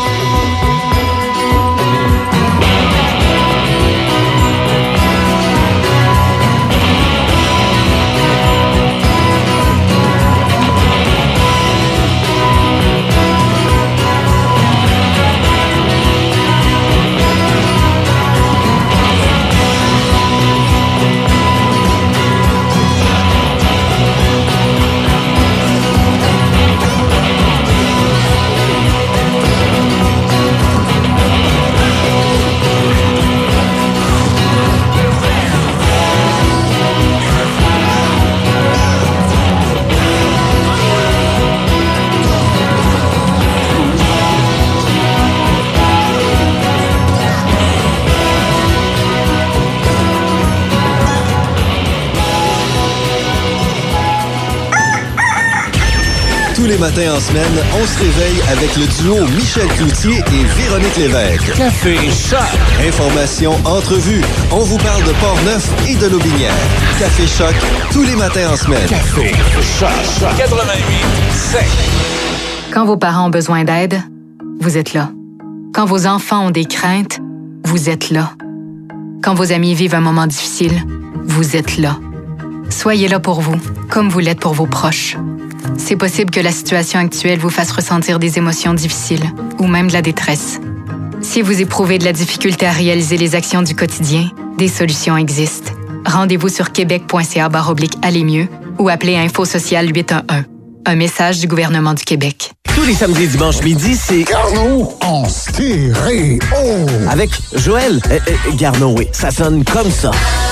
S12: Tous les matins en semaine, on se réveille avec le duo Michel Cloutier et Véronique Lévesque.
S9: Café Choc.
S12: Information, entrevue. On vous parle de Port-Neuf et de Lotbinière. Café Choc, tous les matins en semaine.
S9: Café Choc. quatre-vingt-huit cinq.
S13: Quand vos parents ont besoin d'aide, vous êtes là. Quand vos enfants ont des craintes, vous êtes là. Quand vos amis vivent un moment difficile, vous êtes là. Soyez là pour vous, comme vous l'êtes pour vos proches. C'est possible que la situation actuelle vous fasse ressentir des émotions difficiles ou même de la détresse. Si vous éprouvez de la difficulté à réaliser les actions du quotidien, des solutions existent. Rendez-vous sur québec.ca barre oblique aller mieux ou appelez Info Social huit un un. Un message du gouvernement du Québec.
S14: Tous les samedis et dimanches midi, c'est
S15: Garneau en stéréo.
S14: Avec Joël euh, euh, Garneau, oui. Ça sonne comme ça.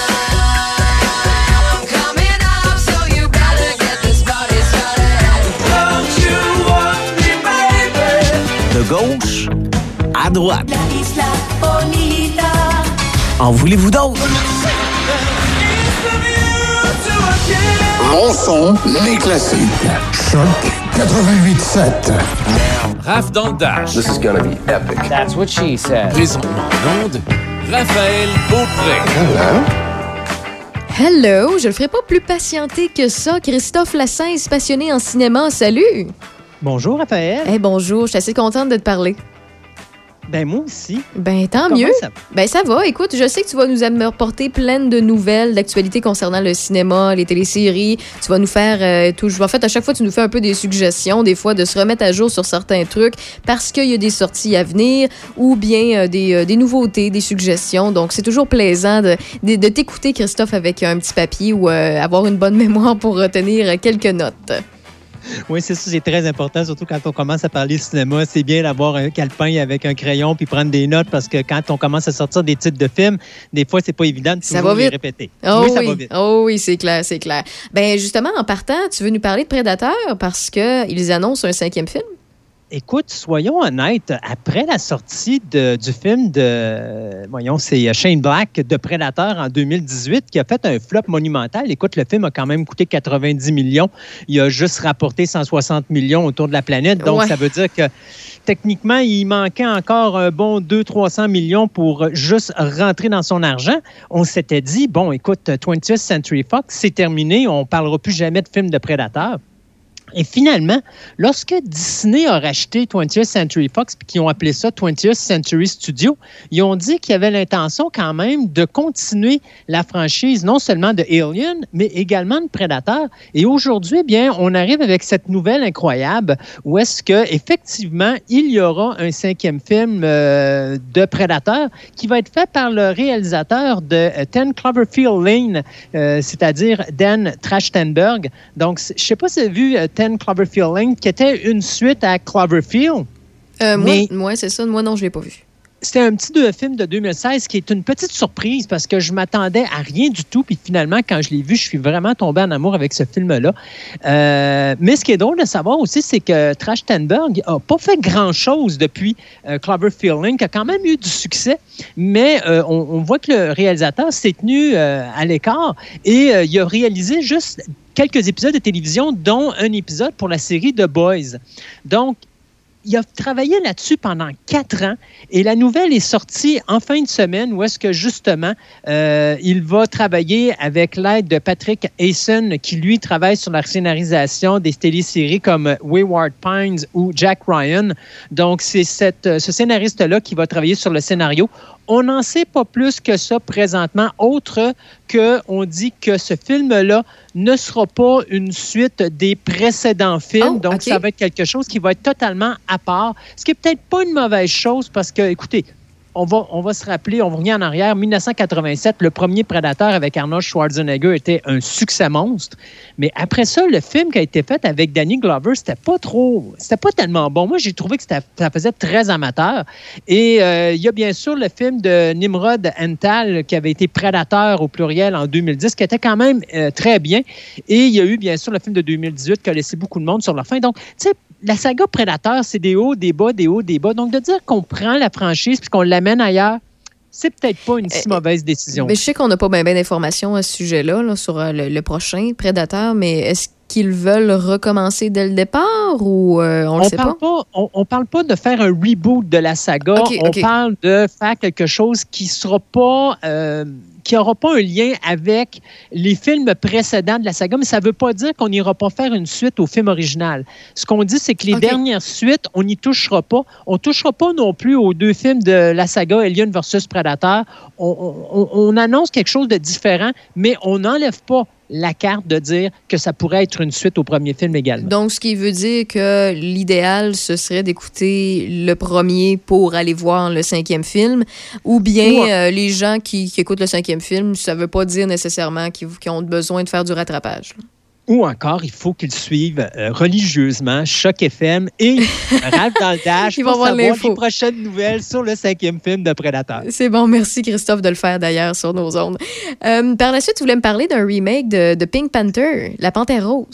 S14: De gauche à droite. En voulez-vous d'autres?
S15: Mon son, les classiques. Choc quatre-vingt-huit sept.
S9: Raph dans le Dash.
S16: This is gonna be epic.
S9: That's what she said. Présentement en onde, Raphaël Beaupré.
S5: Hello, je le ferai pas plus patienter que ça. Christophe Lassens, passionné en cinéma, salut!
S17: Bonjour, Raphaël.
S5: Eh hey, bonjour, je suis assez contente de te parler.
S17: Ben moi aussi.
S5: Ben tant
S17: Comment
S5: mieux.
S17: Ça va?
S5: Ben ça va. Écoute, je sais que tu vas nous apporter plein de nouvelles, d'actualités concernant le cinéma, les téléséries. Tu vas nous faire euh, tout. En fait, à chaque fois, tu nous fais un peu des suggestions, des fois de se remettre à jour sur certains trucs parce qu'il y a des sorties à venir ou bien euh, des, euh, des nouveautés, des suggestions. Donc, c'est toujours plaisant de, de, de t'écouter, Christophe, avec un petit papier ou euh, avoir une bonne mémoire pour retenir quelques notes.
S17: Oui, c'est ça, c'est très important, surtout quand on commence à parler cinéma. C'est bien d'avoir un calepin avec un crayon puis prendre des notes parce que quand on commence à sortir des titres de films, des fois, c'est pas évident de
S5: ça
S17: toujours
S5: va vite.
S17: les répéter.
S5: Oh
S17: oui, ça
S5: oui.
S17: va vite.
S5: Oh oui, c'est clair, c'est clair. Ben justement, en partant, tu veux nous parler de Prédateur parce qu'ils annoncent un cinquième film?
S17: Écoute, soyons honnêtes, après la sortie de, du film de, voyons, c'est Shane Black de Predator en deux mille dix-huit qui a fait un flop monumental. Écoute, le film a quand même coûté quatre-vingt-dix millions. Il a juste rapporté cent soixante millions autour de la planète. Donc, ouais. Ça veut dire que techniquement, il manquait encore un bon deux cents à trois cents millions pour juste rentrer dans son argent. On s'était dit, bon, écoute, twentieth Century Fox, c'est terminé. On ne parlera plus jamais de film de Predator. Et finalement, lorsque Disney a racheté twentieth Century Fox puis qu'ils ont appelé ça twentieth Century Studios, ils ont dit qu'ils avaient l'intention quand même de continuer la franchise non seulement de Alien, mais également de Predator. Et aujourd'hui, eh bien, on arrive avec cette nouvelle incroyable où est-ce que effectivement, il y aura un cinquième film euh, de Predator qui va être fait par le réalisateur de ten Cloverfield Lane, euh, c'est-à-dire Dan Trachtenberg. Donc, je ne sais pas si vous avez vu euh, ten Cloverfield Lane, qui était une suite à Cloverfield.
S5: Euh,
S17: mais
S5: moi, moi c'est ça. Moi, non, je ne l'ai pas vu.
S17: C'était un petit deux film de deux mille seize qui est une petite surprise parce que je m'attendais à rien du tout. Puis finalement, quand je l'ai vu, je suis vraiment tombé en amour avec ce film-là. Euh, mais ce qui est drôle de savoir aussi, c'est que Trachtenberg n'a pas fait grand-chose depuis euh, Cloverfield Lane, qui a quand même eu du succès. Mais euh, on, on voit que le réalisateur s'est tenu euh, à l'écart et euh, il a réalisé juste quelques épisodes de télévision, dont un épisode pour la série The Boys. Donc, il a travaillé là-dessus pendant quatre ans et la nouvelle est sortie en fin de semaine où est-ce que, justement, euh, il va travailler avec l'aide de Patrick Hayson qui, lui, travaille sur la scénarisation des téléséries comme Wayward Pines ou Jack Ryan. Donc, c'est cette, ce scénariste-là qui va travailler sur le scénario. On n'en sait pas plus que ça présentement, autre qu'on dit que ce film-là ne sera pas une suite des précédents films. Oh, donc, okay. Ça va être quelque chose qui va être totalement à part. Ce qui n'est peut-être pas une mauvaise chose parce que, écoutez, on va, on va se rappeler, on revient en arrière, dix-neuf cent quatre-vingt-sept, le premier Predator avec Arnold Schwarzenegger était un succès monstre. Mais après ça, le film qui a été fait avec Danny Glover, c'était pas trop, c'était pas tellement bon. Moi, j'ai trouvé que ça faisait très amateur. Et euh, il y a bien sûr le film de Nimrod Antal qui avait été Predator au pluriel en deux mille dix, qui était quand même euh, très bien. Et il y a eu bien sûr le film de deux mille dix-huit qui a laissé beaucoup de monde sur la fin. Donc, tu sais, la saga Predator, c'est des hauts, des bas, des hauts, des bas. Donc, de dire qu'on prend la franchise puis qu'on l'amène ailleurs, c'est peut-être pas une si mauvaise décision.
S5: Mais je sais qu'on n'a pas bien ben d'informations à ce sujet-là, là, sur le, le prochain Predator, mais est-ce qu'ils veulent recommencer dès le départ ou euh, on ne le sait pas?
S17: pas on ne parle pas de faire un reboot de la saga.
S5: Okay,
S17: on
S5: okay.
S17: parle de faire quelque chose qui sera pas... Euh, qui n'aura pas un lien avec les films précédents de la saga, mais ça ne veut pas dire qu'on n'ira pas faire une suite au film original. Ce qu'on dit, c'est que les okay. dernières suites, on n'y touchera pas. On ne touchera pas non plus aux deux films de la saga Alien versus Predator. On, on, on annonce quelque chose de différent, mais on n'enlève pas la carte de dire que ça pourrait être une suite au premier film également.
S5: Donc, ce qui veut dire que l'idéal, ce serait d'écouter le premier pour aller voir le cinquième film, ou bien ouais. euh, les gens qui, qui écoutent le cinquième film, ça ne veut pas dire nécessairement qu'ils, qu'ils ont besoin de faire du rattrapage. Là.
S17: Ou encore, il faut qu'ils suivent euh, religieusement Choc F M et Raph dans le Dash pour savoir l'info. Les prochaines nouvelles sur le cinquième film de Predator.
S5: C'est bon, merci Christophe de le faire d'ailleurs sur nos ondes. Euh, par la suite, tu voulais me parler d'un remake de, de Pink Panther, La Panthère Rose.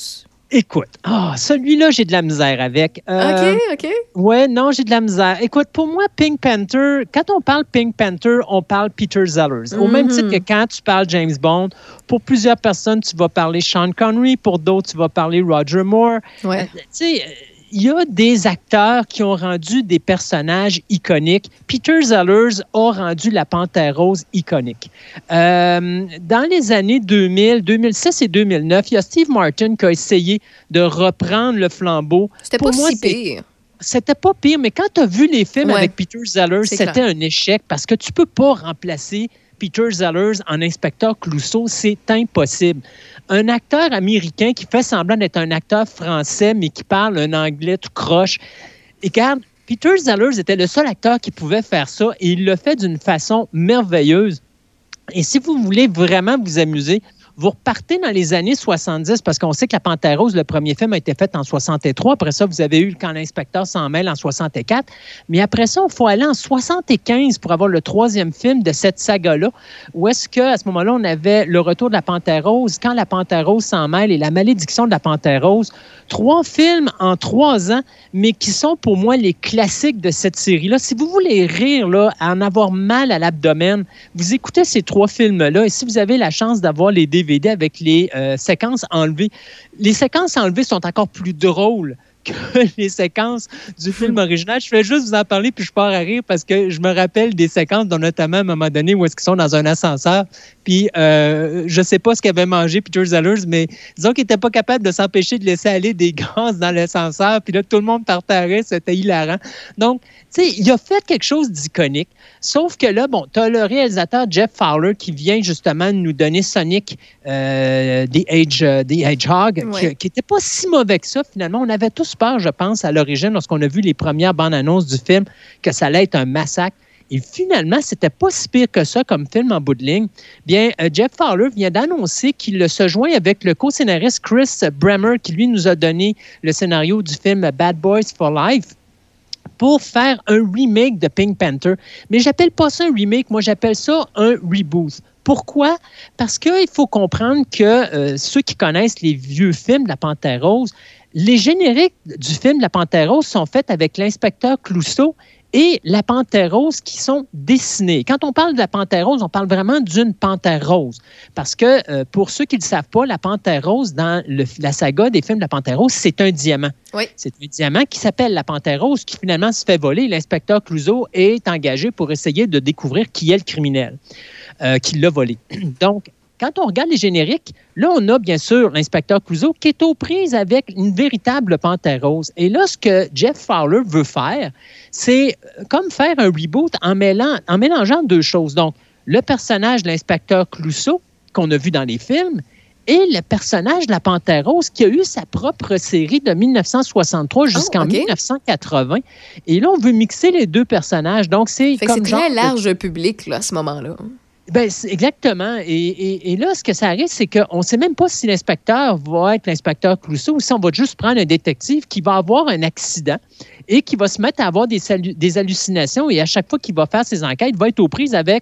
S17: Écoute, oh, celui-là, j'ai de la misère avec. Euh,
S5: OK, OK.
S17: Ouais, non, j'ai de la misère. Écoute, pour moi, Pink Panther, quand on parle Pink Panther, on parle Peter Sellers. Au
S5: Mm-hmm.
S17: même titre que quand tu parles James Bond, pour plusieurs personnes, tu vas parler Sean Connery, pour d'autres, tu vas parler Roger Moore.
S5: Ouais.
S17: Euh, tu sais, il y a des acteurs qui ont rendu des personnages iconiques. Peter Sellers a rendu la Panthère Rose iconique. Euh, dans les années deux mille, deux mille six et deux mille neuf, il y a Steve Martin qui a essayé de reprendre le flambeau.
S5: C'était
S17: Pour
S5: pas
S17: moi,
S5: si
S17: c'est-
S5: pire.
S17: C'était pas pire, mais quand tu as vu les films
S5: Ouais.
S17: avec Peter Sellers,
S5: C'est
S17: c'était
S5: clair.
S17: un échec parce que tu peux pas remplacer Peter Sellers en inspecteur Clouseau, c'est impossible. Un acteur américain qui fait semblant d'être un acteur français, mais qui parle un anglais tout croche. Et regarde, Peter Sellers était le seul acteur qui pouvait faire ça et il le fait d'une façon merveilleuse. Et si vous voulez vraiment vous amuser, vous repartez dans les années soixante-dix, parce qu'on sait que La Panthère Rose, le premier film, a été fait en soixante-trois. Après ça, vous avez eu Quand l'inspecteur s'en mêle en soixante-quatre. Mais après ça, il faut aller en soixante-quinze pour avoir le troisième film de cette saga-là, où est-ce qu'à ce moment-là, on avait Le Retour de la Panthère Rose, Quand la Panthère Rose s'en mêle et La Malédiction de la Panthère Rose. Trois films en trois ans, mais qui sont pour moi les classiques de cette série-là. Si vous voulez rire, là, à en avoir mal à l'abdomen, vous écoutez ces trois films-là et si vous avez la chance d'avoir les D V D avec les euh, séquences enlevées, les séquences enlevées sont encore plus drôles que les séquences du film original. Je vais juste vous en parler puis je pars à rire parce que je me rappelle des séquences, dont notamment à un moment donné où est-ce qu'ils sont dans un ascenseur puis euh, je sais pas ce qu'avait mangé Peter Sellers, mais disons qu'il était pas capable de s'empêcher de laisser aller des gaz dans l'ascenseur puis là tout le monde partait à rire, c'était hilarant. Donc, tu sais, il a fait quelque chose d'iconique, sauf que là, bon, tu as le réalisateur Jeff Fowler qui vient justement nous donner Sonic euh, the, Age, uh, the Hedgehog,
S5: Ouais.
S17: qui n'était pas si mauvais que ça, finalement. On avait tous peur, je pense, à l'origine, lorsqu'on a vu les premières bandes annonces du film, que ça allait être un massacre. Et finalement, c'était pas si pire que ça comme film en bout de ligne. Bien, euh, Jeff Fowler vient d'annoncer qu'il se joint avec le co-scénariste Chris Bremer, qui lui nous a donné le scénario du film Bad Boys for Life, pour faire un remake de Pink Panther. Mais j'appelle pas ça un remake, moi j'appelle ça un reboot. Pourquoi? Parce qu'il faut comprendre que euh, ceux qui connaissent les vieux films de la Panthère Rose, les génériques du film de la Panthère Rose sont faits avec l'inspecteur Clouseau et la Panthère Rose qui sont dessinés. Quand on parle de la Panthère Rose, on parle vraiment d'une Panthère Rose. Parce que, euh, pour ceux qui ne le savent pas, la Panthère Rose, dans le, la saga des films de la Panthère Rose, c'est un diamant.
S5: Oui.
S17: C'est un diamant qui s'appelle la Panthère Rose, qui finalement se fait voler. L'inspecteur Clouseau est engagé pour essayer de découvrir qui est le criminel euh, qui l'a volé. Donc, quand on regarde les génériques, là, on a bien sûr l'inspecteur Clouseau qui est aux prises avec une véritable Panthère Rose. Et là, ce que Jeff Fowler veut faire, c'est comme faire un reboot en, mêlant, en mélangeant deux choses. Donc, le personnage de l'inspecteur Clouseau, qu'on a vu dans les films, et le personnage de la Panthère Rose qui a eu sa propre série de mille neuf cent soixante-trois jusqu'en
S5: Oh, okay.
S17: mille neuf cent quatre-vingts. Et là, on veut mixer les deux personnages. Donc, c'est
S5: Fait que
S17: comme
S5: c'est très
S17: genre-
S5: large public là, à ce moment-là.
S17: Ben, c'est exactement. Et, et, et là, ce que ça arrive, c'est qu'on ne sait même pas si l'inspecteur va être l'inspecteur Clouseau ou si on va juste prendre un détective qui va avoir un accident et qui va se mettre à avoir des, salu- des hallucinations et à chaque fois qu'il va faire ses enquêtes, il va être aux prises avec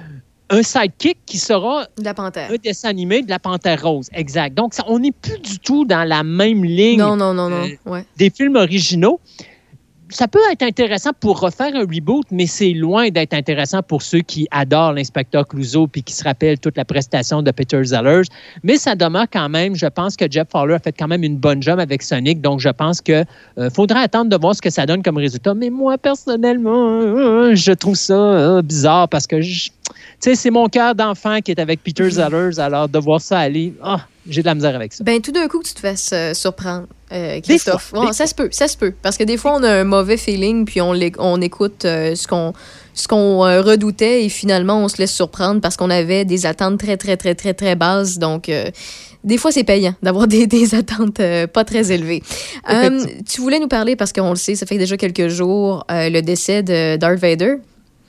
S17: un sidekick qui sera
S5: De la panthère.
S17: un dessin animé de la Panthère Rose. Exact. Donc, ça, on n'est plus du tout dans la même ligne
S5: Non, non, non, non.
S17: euh,
S5: Ouais.
S17: des films originaux. Ça peut être intéressant pour refaire un reboot, mais c'est loin d'être intéressant pour ceux qui adorent l'inspecteur Clouseau puis qui se rappellent toute la prestation de Peter Sellers. Mais ça demeure quand même, je pense que Jeff Fowler a fait quand même une bonne job avec Sonic, donc je pense qu'il euh, faudra attendre de voir ce que ça donne comme résultat. Mais moi, personnellement, euh, je trouve ça euh, bizarre parce que je- tu sais, c'est mon cœur d'enfant qui est avec Peter Sellers, alors de voir ça aller, ah, j'ai de la misère avec ça.
S5: Ben, tout d'un coup, que tu te fasses euh, surprendre, euh, Christophe.
S17: fois,
S5: Bon,
S17: des
S5: ça se peut, ça se peut. Parce que des fois, on a un mauvais feeling, puis on, l'é- on écoute euh, ce qu'on ce qu'on euh, redoutait, et finalement, on se laisse surprendre parce qu'on avait des attentes très, très, très, très, très basses. Donc, euh, des fois, c'est payant d'avoir des, des attentes euh, pas très élevées. Euh, tu voulais nous parler, parce qu'on le sait, ça fait déjà quelques jours, euh, le décès de Darth Vader.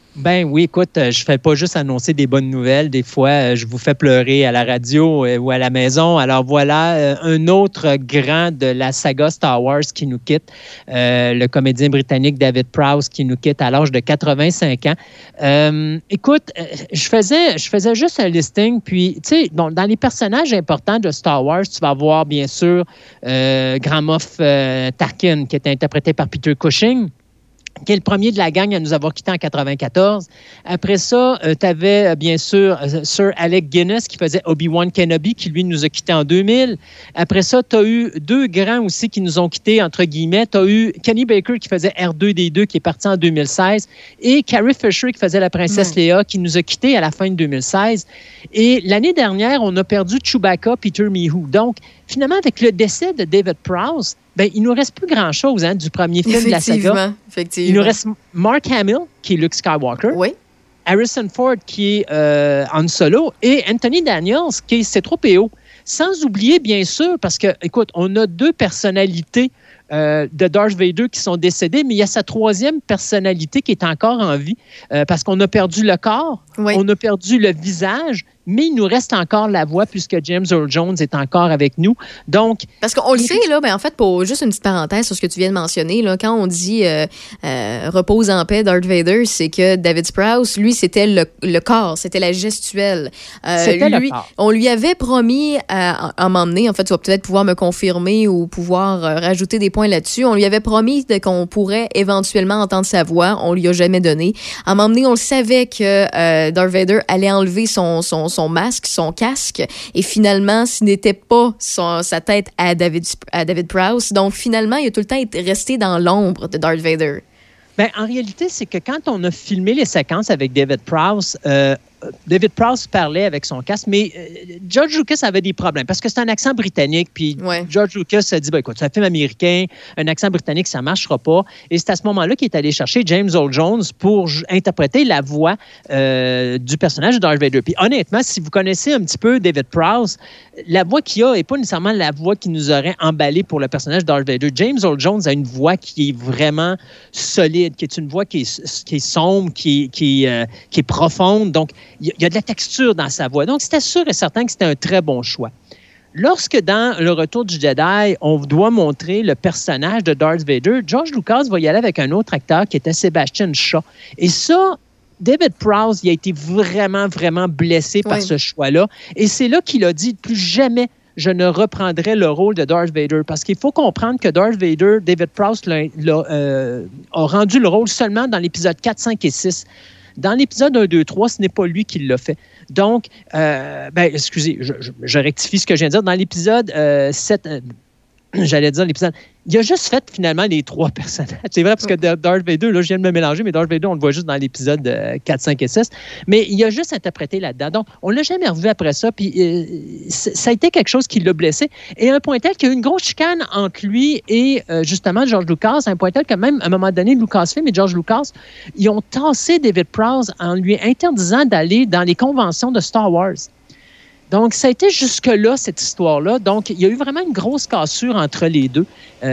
S17: Ben oui, écoute, je ne fais pas juste annoncer des bonnes nouvelles. Des fois, je vous fais pleurer à la radio ou à la maison. Alors voilà, un autre grand de la saga Star Wars qui nous quitte, euh, le comédien britannique David Prowse qui nous quitte à l'âge de quatre-vingt-cinq ans. Euh, écoute, je faisais, je faisais juste un listing, puis tu sais, dans, dans les personnages importants de Star Wars, tu vas voir bien sûr euh, Grand Moff euh, Tarkin qui est interprété par Peter Cushing, qui est le premier de la gang à nous avoir quittés en quatre-vingt-quatorze. Après ça, euh, tu avais euh, bien sûr euh, Sir Alec Guinness qui faisait Obi-Wan Kenobi, qui lui nous a quittés en deux mille. Après ça, tu as eu deux grands aussi qui nous ont quittés, entre guillemets. Tu as eu Kenny Baker qui faisait R deux D deux, qui est parti en deux mille seize, et Carrie Fisher qui faisait la princesse mmh. Léa, qui nous a quittés à la fin de deux mille seize. Et l'année dernière, on a perdu Chewbacca, Peter Mayhew. Donc, finalement, avec le décès de David Prowse, ben, il ne nous reste plus grand-chose hein, du premier film de la saga.
S5: Effectivement.
S17: Il nous reste Mark Hamill, qui est Luke Skywalker.
S5: Oui.
S17: Harrison Ford, qui est euh, Han Solo. Et Anthony Daniels, qui est C trois P O. Sans oublier, bien sûr, parce que, écoute, on a deux personnalités euh, de Darth Vader qui sont décédées, mais il y a sa troisième personnalité qui est encore en vie, euh, parce qu'on a perdu le corps, oui. on a perdu le visage, mais il nous reste encore la voix puisque James Earl Jones est encore avec nous. Donc,
S5: parce qu'on le sait, là, ben, en fait, pour juste une petite parenthèse sur ce que tu viens de mentionner, là, quand on dit euh, euh, repose en paix Darth Vader, c'est que David Prowse, lui, c'était le, le corps, c'était la gestuelle. Euh,
S17: c'était
S5: lui,
S17: le corps.
S5: On lui avait promis à, à m'emmener, en fait, tu vas peut-être pouvoir me confirmer ou pouvoir euh, rajouter des points là-dessus. On lui avait promis de, qu'on pourrait éventuellement entendre sa voix. On lui a jamais donné. À m'emmener, on le savait que euh, Darth Vader allait enlever son, son, son masque, son casque, et finalement, ce n'était pas son, sa tête à David, à David Prowse. Donc, finalement, il a tout le temps été resté dans l'ombre de Darth Vader.
S17: Bien, en réalité, c'est que quand on a filmé les séquences avec David Prowse, euh, David Prowse parlait avec son casque, mais euh, George Lucas avait des problèmes parce que c'est un accent britannique. Puis ouais. George Lucas a dit, ben, écoute, c'est un film américain, un accent britannique, ça ne marchera pas. Et c'est à ce moment-là qu'il est allé chercher James Earl Jones pour j- interpréter la voix euh, du personnage de Darth Vader. Puis honnêtement, si vous connaissez un petit peu David Prowse, la voix qu'il a n'est pas nécessairement la voix qui nous aurait emballé pour le personnage de Darth Vader. James Earl Jones a une voix qui est vraiment solide, qui est une voix qui est, qui est sombre, qui est, qui, est, euh, qui est profonde. Donc, il y a de la texture dans sa voix. Donc, c'était sûr et certain que c'était un très bon choix. Lorsque, dans Le Retour du Jedi, on doit montrer le personnage de Darth Vader, George Lucas va y aller avec un autre acteur qui était Sebastian Shaw. Et ça, David Prowse, il a été vraiment, vraiment blessé par oui. ce choix-là. Et c'est là qu'il a dit, plus jamais je ne reprendrai le rôle de Darth Vader. Parce qu'il faut comprendre que Darth Vader, David Prowse l'a, l'a, euh, a rendu le rôle seulement dans l'épisode quatre, cinq et six. Dans l'épisode un, deux, trois, ce n'est pas lui qui l'a fait. Donc, euh, ben, excusez, je, je, je rectifie ce que je viens de dire. Dans l'épisode euh, sept, euh, j'allais dire l'épisode... Il a juste fait, finalement, les trois personnages. C'est vrai, parce que Darth Vader, là, je viens de me mélanger, mais Darth Vader, on le voit juste dans l'épisode euh, quatre, cinq et six. Mais il a juste interprété là-dedans. Donc, on ne l'a jamais revu après ça. Puis, euh, ça a été quelque chose qui l'a blessé. Et à un point tel qu'il y a eu une grosse chicane entre lui et, euh, justement, George Lucas. À un point tel que même, à un moment donné, Lucasfilm et George Lucas, ils ont tassé David Prowse en lui interdisant d'aller dans les conventions de Star Wars. Donc, ça a été jusque-là, cette histoire-là. Donc, il y a eu vraiment une grosse cassure entre les deux.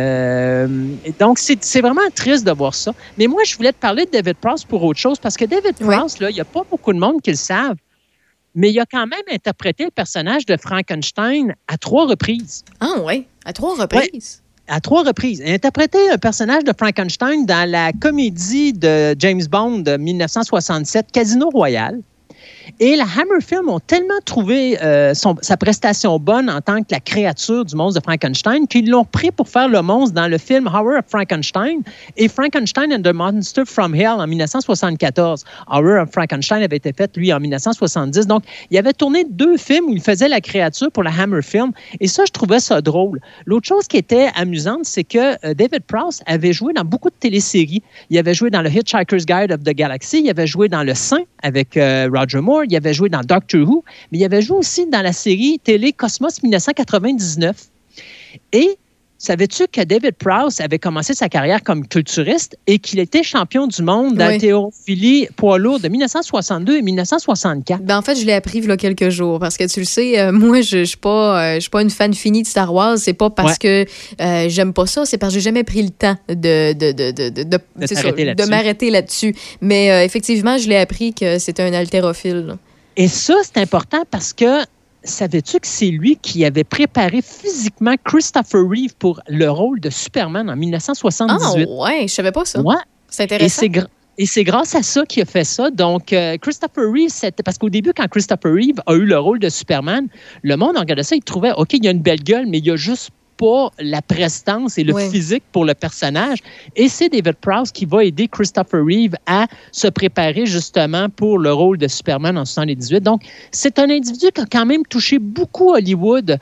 S17: Euh, donc, c'est, c'est vraiment triste de voir ça. Mais moi, je voulais te parler de David Prowse pour autre chose, parce que David Prowse, oui. là, il n'y a pas beaucoup de monde qui le savent, mais il a quand même interprété le personnage de Frankenstein à trois reprises.
S5: Ah oui, à trois reprises?
S17: Ouais. À trois reprises. Il a interprété un personnage de Frankenstein dans la comédie de James Bond de dix-neuf cent soixante-sept, Casino Royale. Et la Hammer Film ont tellement trouvé euh, son, sa prestation bonne en tant que la créature du monstre de Frankenstein qu'ils l'ont pris pour faire le monstre dans le film Horror of Frankenstein et Frankenstein and the Monster from Hell en dix-neuf cent soixante-quatorze. Horror of Frankenstein avait été fait, lui, en dix-neuf cent soixante-dix. Donc, il avait tourné deux films où il faisait la créature pour la Hammer Film. Et ça, je trouvais ça drôle. L'autre chose qui était amusante, c'est que euh, David Prowse avait joué dans beaucoup de téléséries. Il avait joué dans le Hitchhiker's Guide of the Galaxy. Il avait joué dans Le Saint avec euh, Roger Moore. Il avait joué dans Doctor Who, mais il avait joué aussi dans la série télé Cosmos dix-neuf cent quatre-vingt-dix-neuf. Et savais-tu que David Prowse avait commencé sa carrière comme culturiste et qu'il était champion du monde d'haltérophilie poids lourd de dix-neuf cent soixante-deux et dix-neuf cent soixante-quatre?
S5: Ben, en fait, je l'ai appris il y a quelques jours parce que tu le sais, euh, moi, je ne suis pas, euh, pas une fan finie de Star Wars. C'est pas parce ouais. que euh, j'aime pas ça, c'est parce que j'ai jamais pris le temps de, de, de, de, de, de,
S17: de,
S5: ça,
S17: là-dessus.
S5: de m'arrêter là-dessus. Mais euh, effectivement, je l'ai appris que c'était un haltérophile. Là.
S17: Et ça, c'est important parce que savais-tu que c'est lui qui avait préparé physiquement Christopher Reeve pour le rôle de Superman en dix-neuf cent soixante-dix-huit?
S5: Ah, ouais, je savais pas ça.
S17: Ouais.
S5: C'est intéressant.
S17: Et c'est, gra- et c'est grâce à ça qu'il a fait ça. Donc, euh, Christopher Reeve, c'était parce qu'au début, quand Christopher Reeve a eu le rôle de Superman, le monde en regardant ça, il trouvait, OK, il y a une belle gueule, mais il y a juste pas la prestance et le ouais. physique pour le personnage. Et c'est David Prowse qui va aider Christopher Reeve à se préparer justement pour le rôle de Superman en soixante-dix-huit. Donc, c'est un individu qui a quand même touché beaucoup Hollywood,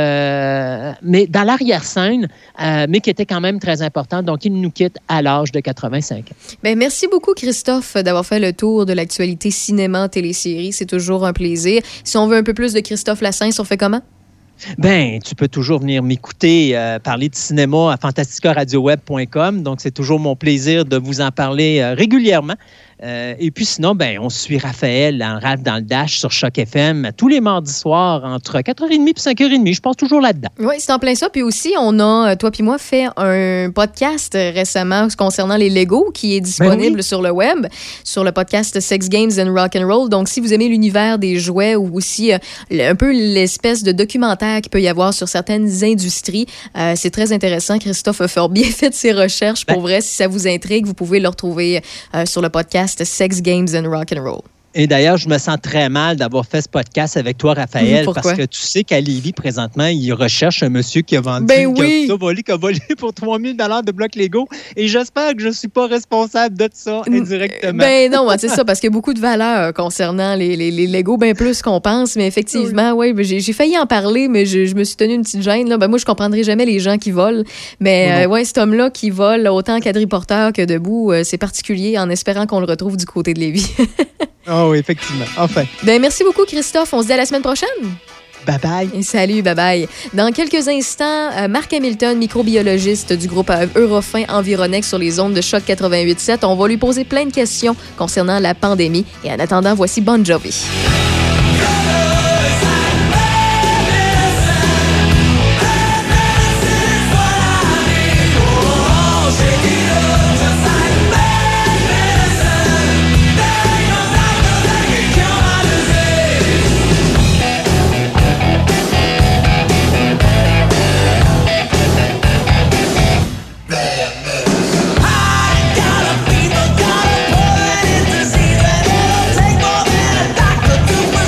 S17: euh, mais dans l'arrière-scène, euh, mais qui était quand même très important. Donc, il nous quitte à l'âge de quatre-vingt-cinq ans.
S5: Bien, merci beaucoup, Christophe, d'avoir fait le tour de l'actualité cinéma, télésérie. C'est toujours un plaisir. Si on veut un peu plus de Christophe Lassens, on fait comment?
S17: Ben, tu peux toujours venir m'écouter euh, parler de cinéma à fantastica radio web point com. Donc, c'est toujours mon plaisir de vous en parler euh, régulièrement. Euh, et puis sinon, ben, on suit Raphaël en rap dans le Dash sur Choc F M tous les mardis soirs entre quatre heures trente et cinq heures trente. Je passe toujours là-dedans.
S5: Oui, c'est en plein ça. Puis aussi, on a, toi puis moi, fait un podcast récemment concernant les Legos qui est disponible ben oui. sur le web, sur le podcast Sex Games and Rock and Roll. Donc, si vous aimez l'univers des jouets ou aussi euh, un peu l'espèce de documentaire qu'il peut y avoir sur certaines industries, euh, c'est très intéressant. Christophe a fort bien fait ses recherches. Pour ben. vrai, si ça vous intrigue, vous pouvez le retrouver euh, sur le podcast Sex Games and Rock and Roll.
S17: Et d'ailleurs, je me sens très mal d'avoir fait ce podcast avec toi, Raphaël,
S5: Pourquoi?
S17: Parce que tu sais qu'à Lévis, présentement, il recherche un monsieur qui a vendu,
S5: ben oui.
S17: qui, a volé, qui a volé pour trois mille dollars de blocs Lego. Et j'espère que je ne suis pas responsable de ça indirectement.
S5: Ben non, c'est ça, parce qu'il y a beaucoup de valeurs concernant les, les, les Lego, bien plus qu'on pense. Mais effectivement, oui, ouais, j'ai, j'ai failli en parler, mais je, je me suis tenu une petite gêne. Là. Ben moi, je ne comprendrai jamais les gens qui volent. Mais oui, euh, ouais, cet homme-là qui vole autant quadriporteur que debout, euh, c'est particulier en espérant qu'on le retrouve du côté de Lévis.
S17: Ah oh, oui, effectivement. Enfin.
S5: Ben, merci beaucoup, Christophe. On se dit à la semaine prochaine.
S17: Bye-bye.
S5: Et salut, bye-bye. Dans quelques instants, euh, Marc Hamilton, microbiologiste du groupe euh, Eurofin Environex sur les ondes de Choc quatre-vingt-huit sept. On va lui poser plein de questions concernant la pandémie. Et en attendant, voici Bon Jovi.
S1: Take more than a doctor to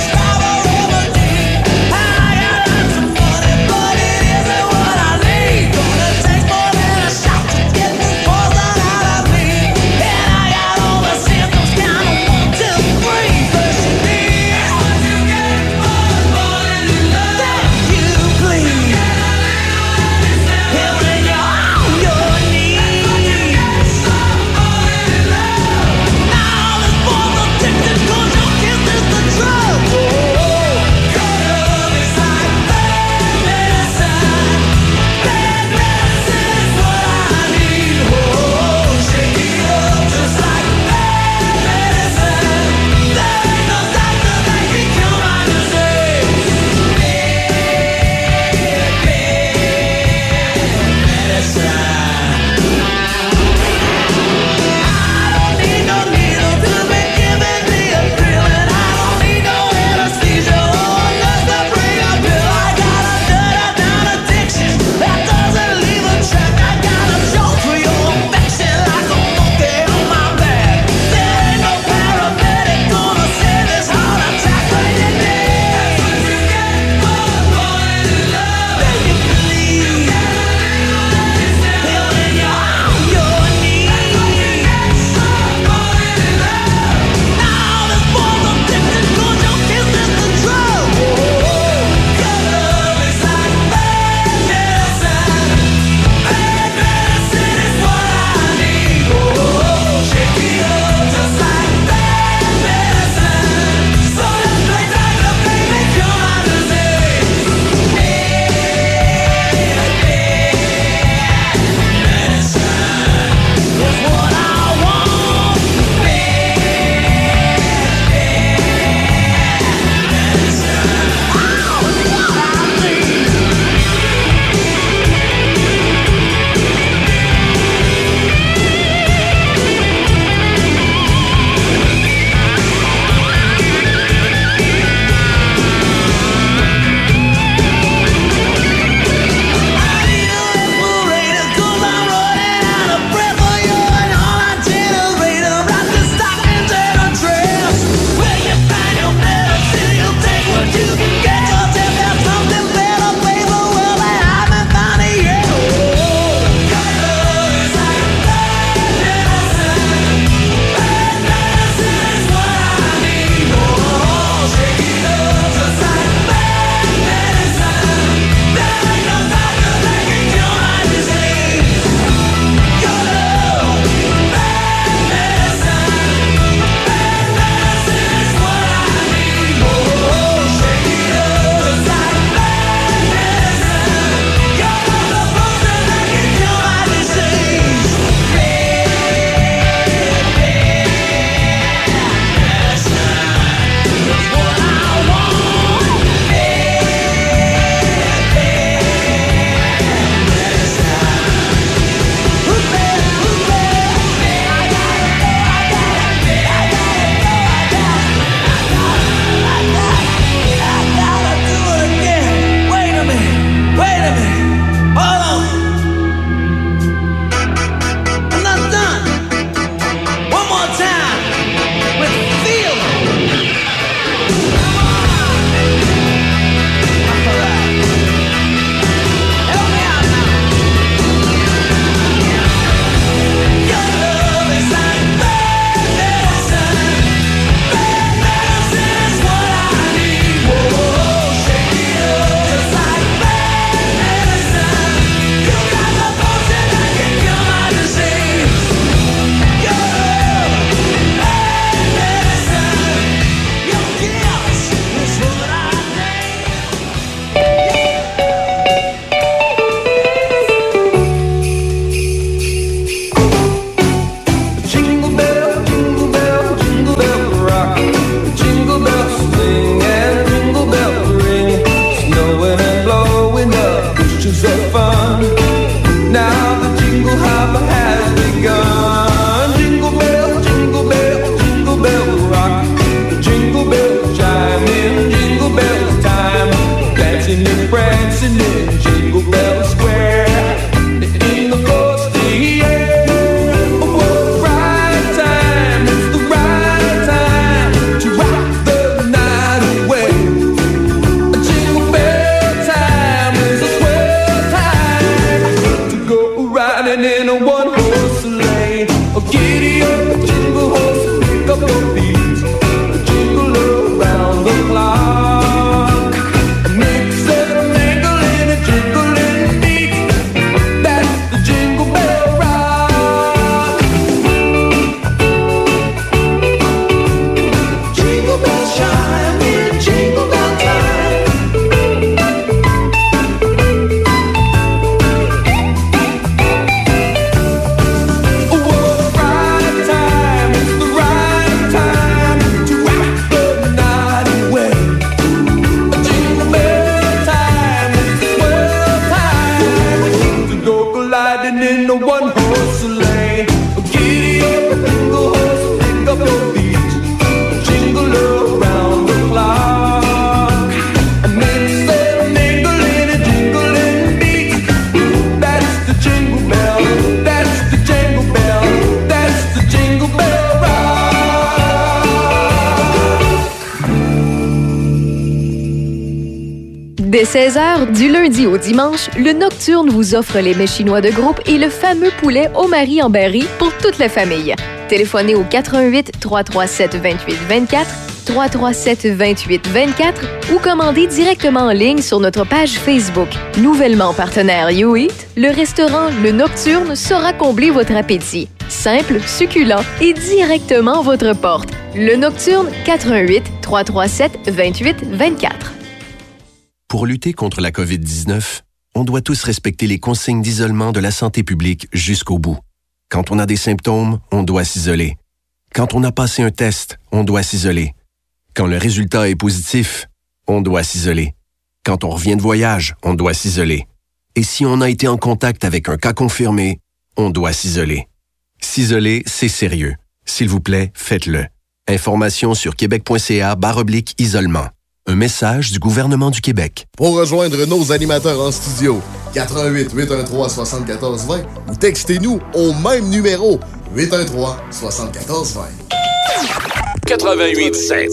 S2: seize heures, du lundi au dimanche, le Nocturne vous offre les mets chinois de groupe et le fameux poulet au mari en berry pour toute la famille. Téléphonez au quatre un huit, trois trois sept, deux huit deux quatre, trois trois sept, deux huit deux quatre ou commandez directement en ligne sur notre page Facebook. Nouvellement partenaire YouEat, le restaurant Le Nocturne saura combler votre appétit. Simple, succulent et directement à votre porte. Le Nocturne, quatre un huit, trois trois sept, deux huit deux quatre.
S8: Pour lutter contre la covid dix-neuf, on doit tous respecter les consignes d'isolement de la santé publique jusqu'au bout. Quand on a des symptômes, on doit s'isoler. Quand on a passé un test, on doit s'isoler. Quand le résultat est positif, on doit s'isoler. Quand on revient de voyage, on doit s'isoler. Et si on a été en contact avec un cas confirmé, on doit s'isoler. S'isoler, c'est sérieux. S'il vous plaît, faites-le. Information sur québec.ca barre oblique isolement. Un message du gouvernement du Québec.
S4: Pour rejoindre nos animateurs en studio, quatre un huit, huit un trois, sept quatre deux zéro ou textez-nous au même numéro, huit un trois, sept quatre deux zéro.
S9: quatre-vingt-huit sept.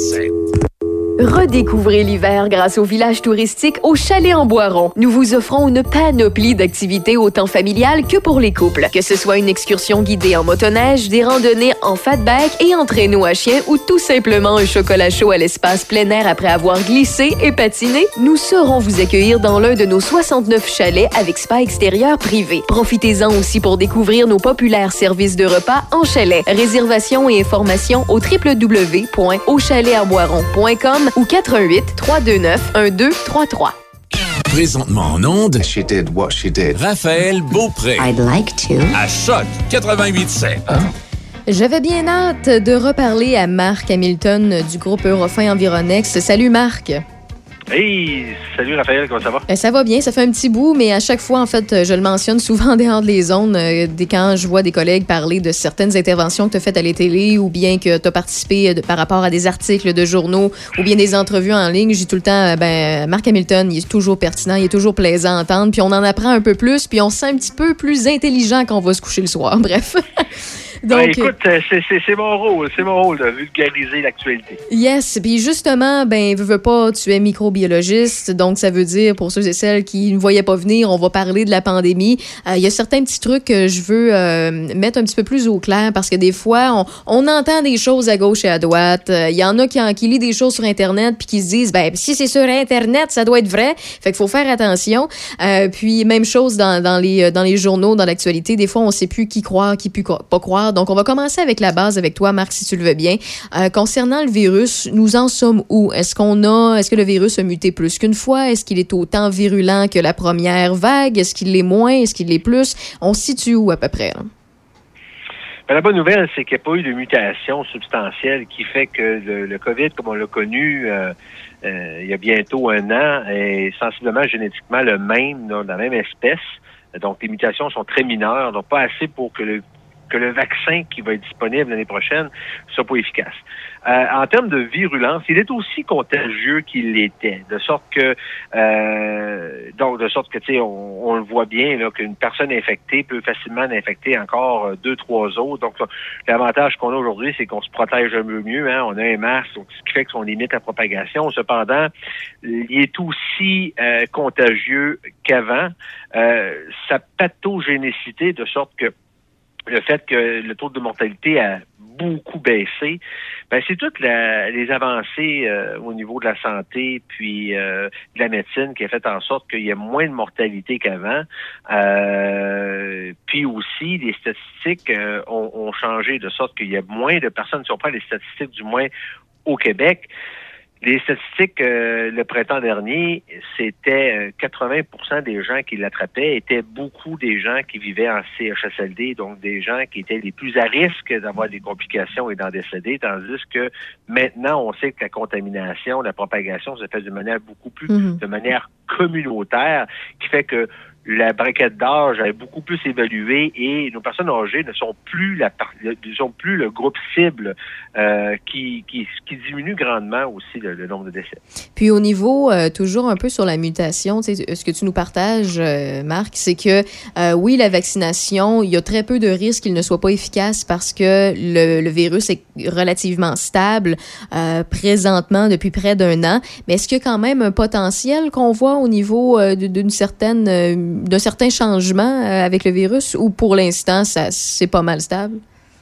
S2: Redécouvrez l'hiver grâce au village touristique au Chalet en Boiron. Nous vous offrons une panoplie d'activités autant familiales que pour les couples. Que ce soit une excursion guidée en motoneige, des randonnées en fatback et en traîneau à chien ou tout simplement un chocolat chaud à l'espace plein air après avoir glissé et patiné, nous saurons vous accueillir dans l'un de nos soixante-neuf chalets avec spa extérieur privé. Profitez-en aussi pour découvrir nos populaires services de repas en chalet. Réservation et informations au w w w point au chalet en boiron point com ou quatre un huit, trois deux neuf, un deux trois trois.
S9: Présentement en onde, she did what she did. Raphaël Beaupré.
S3: I'd like to.
S9: À Choc quatre-vingt-huit sept.
S5: Hein? J'avais bien hâte de reparler à Marc Hamilton du groupe Eurofin Environex. Salut Marc.
S10: Hey, salut Raphaël, comment ça va?
S5: Euh, ça va bien, ça fait un petit bout, mais à chaque fois, en fait, je le mentionne souvent dehors des zones, euh, dès quand je vois des collègues parler de certaines interventions que tu as faites à la télé ou bien que tu as participé de, par rapport à des articles de journaux ou bien des entrevues en ligne, j'ai tout le temps, euh, ben, Marc Hamilton, il est toujours pertinent, il est toujours plaisant à entendre, puis on en apprend un peu plus, puis on se sent un petit peu plus intelligent quand on va se coucher le soir. Bref.
S10: Donc, ben, écoute, c'est, c'est, c'est mon rôle, c'est mon rôle de vulgariser l'actualité.
S5: Yes, puis justement, ben, veux, veux pas, tu es microbiologiste, donc ça veut dire, pour ceux et celles qui ne voyaient pas venir, on va parler de la pandémie. Il euh, y a certains petits trucs que je veux euh, mettre un petit peu plus au clair, parce que des fois, on, on entend des choses à gauche et à droite. Il euh, y en a qui, qui lisent des choses sur Internet, puis qui se disent, ben, si c'est sur Internet, ça doit être vrai. Fait qu'il faut faire attention. Euh, puis, même chose dans, dans, les, dans les journaux, dans l'actualité, des fois, on sait plus qui croire, qui peut pas croire. Donc, on va commencer avec la base avec toi, Marc, si tu le veux bien. Euh, concernant le virus, nous en sommes où? Est-ce qu'on a, est-ce que le virus a muté plus qu'une fois? Est-ce qu'il est autant virulent que la première vague? Est-ce qu'il l'est moins? Est-ce qu'il l'est plus? On se situe où à peu près?
S10: Ben, la bonne nouvelle, c'est qu'il n'y a pas eu de mutation substantielle qui fait que le, le COVID, comme on l'a connu euh, euh, il y a bientôt un an, est sensiblement génétiquement le même, dans la même espèce. Donc, les mutations sont très mineures, donc pas assez pour que le que le vaccin qui va être disponible l'année prochaine soit pas efficace. Euh, en termes de virulence, il est aussi contagieux qu'il l'était, de sorte que euh, donc de sorte que tu sais, on, on le voit bien là qu'une personne infectée peut facilement infecter encore deux, trois autres. Donc l'avantage qu'on a aujourd'hui, c'est qu'on se protège un peu mieux, hein. On a un masque, donc, ce qui fait qu'on limite la propagation. Cependant, il est aussi euh, contagieux qu'avant. Euh, sa pathogénicité, de sorte que le fait que le taux de mortalité a beaucoup baissé, ben c'est toutes la, les avancées euh, au niveau de la santé puis euh, de la médecine qui a fait en sorte qu'il y ait moins de mortalité qu'avant. Euh, puis aussi, les statistiques euh, ont, ont changé de sorte qu'il y a moins de personnes, si on prend les statistiques du moins au Québec. Les statistiques, euh, le printemps dernier, c'était euh, quatre-vingts pour cent des gens qui l'attrapaient étaient beaucoup des gens qui vivaient en C H S L D, donc des gens qui étaient les plus à risque d'avoir des complications et d'en décéder, tandis que maintenant, on sait que la contamination, la propagation se fait de manière beaucoup plus, mm-hmm. de manière communautaire, qui fait que
S16: la braquette d'âge a beaucoup plus évolué et nos personnes âgées ne sont plus la ne sont plus le groupe cible euh, qui, qui, qui diminue grandement aussi le, le nombre de décès.
S5: Puis au niveau, euh, toujours un peu sur la mutation, tu sais, ce que tu nous partages, euh, Marc, c'est que euh, oui, la vaccination, il y a très peu de risques qu'il ne soit pas efficace parce que le, le virus est relativement stable euh, présentement depuis près d'un an. Mais est-ce qu'il y a quand même un potentiel qu'on voit au niveau euh, d'une certaine... Euh, d'un certain changement euh, avec le virus ou pour l'instant, ça c'est pas mal stable?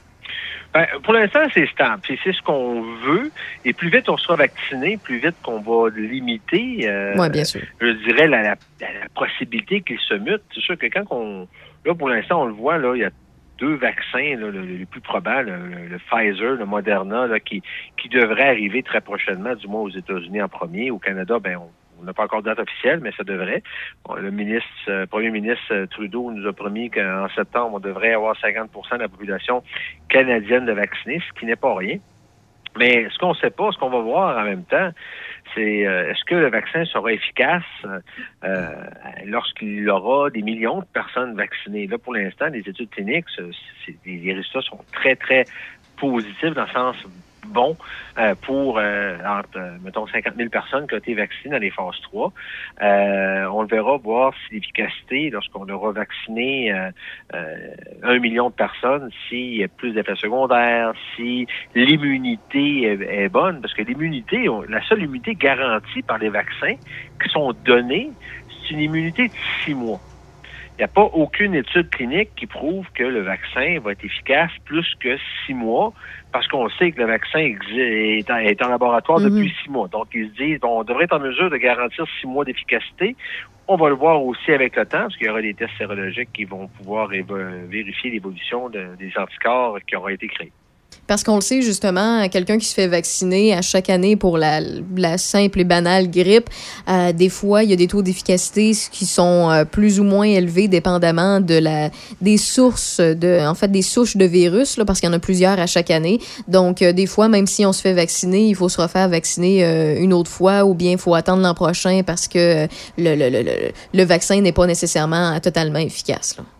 S16: Ben, pour l'instant, c'est stable. Puis c'est ce qu'on veut. Et plus vite on sera vacciné, plus vite qu'on va limiter, euh,
S5: ouais, bien sûr.
S16: je dirais, la, la, la possibilité qu'il se mute. C'est sûr que quand on... Là, pour l'instant, on le voit, là, il y a deux vaccins, là, le, le plus probable, le, le Pfizer, le Moderna, là, qui, qui devrait arriver très prochainement, du moins aux États-Unis en premier. Au Canada, ben on On n'a pas encore de date officielle, mais ça devrait. Bon, le ministre, euh, premier ministre euh, Trudeau nous a promis qu'en septembre, on devrait avoir cinquante pour cent de la population canadienne de vaccinée, ce qui n'est pas rien. Mais ce qu'on ne sait pas, ce qu'on va voir en même temps, c'est euh, est-ce que le vaccin sera efficace euh, lorsqu'il y aura des millions de personnes vaccinées. Là, pour l'instant, les études cliniques, c'est, les résultats sont très, très positifs dans le sens bon euh, pour, euh, entre, euh, mettons, cinquante mille personnes qui ont été vaccinées dans les phases trois. Euh, on le verra voir si l'efficacité, lorsqu'on aura vacciné euh, euh, un million de personnes, s'il y a plus d'effets secondaires, si l'immunité est, est bonne, parce que l'immunité, on, la seule immunité garantie par les vaccins qui sont donnés, c'est une immunité de six mois. Il n'y a pas aucune étude clinique qui prouve que le vaccin va être efficace plus que six mois, parce qu'on sait que le vaccin est en, est en laboratoire mm-hmm. depuis six mois. Donc, ils se disent, bon, on devrait être en mesure de garantir six mois d'efficacité. On va le voir aussi avec le temps, parce qu'il y aura des tests sérologiques qui vont pouvoir évo- vérifier l'évolution de, des anticorps qui auront été créés.
S5: Parce qu'on le sait, justement, quelqu'un qui se fait vacciner à chaque année pour la, la simple et banale grippe, euh, des fois, il y a des taux d'efficacité qui sont euh, plus ou moins élevés dépendamment de la, des sources, de, en fait, des souches de virus, là, parce qu'il y en a plusieurs à chaque année. Donc, euh, des fois, même si on se fait vacciner, il faut se refaire vacciner euh, une autre fois ou bien il faut attendre l'an prochain parce que le, le, le, le, le vaccin n'est pas nécessairement totalement efficace, là.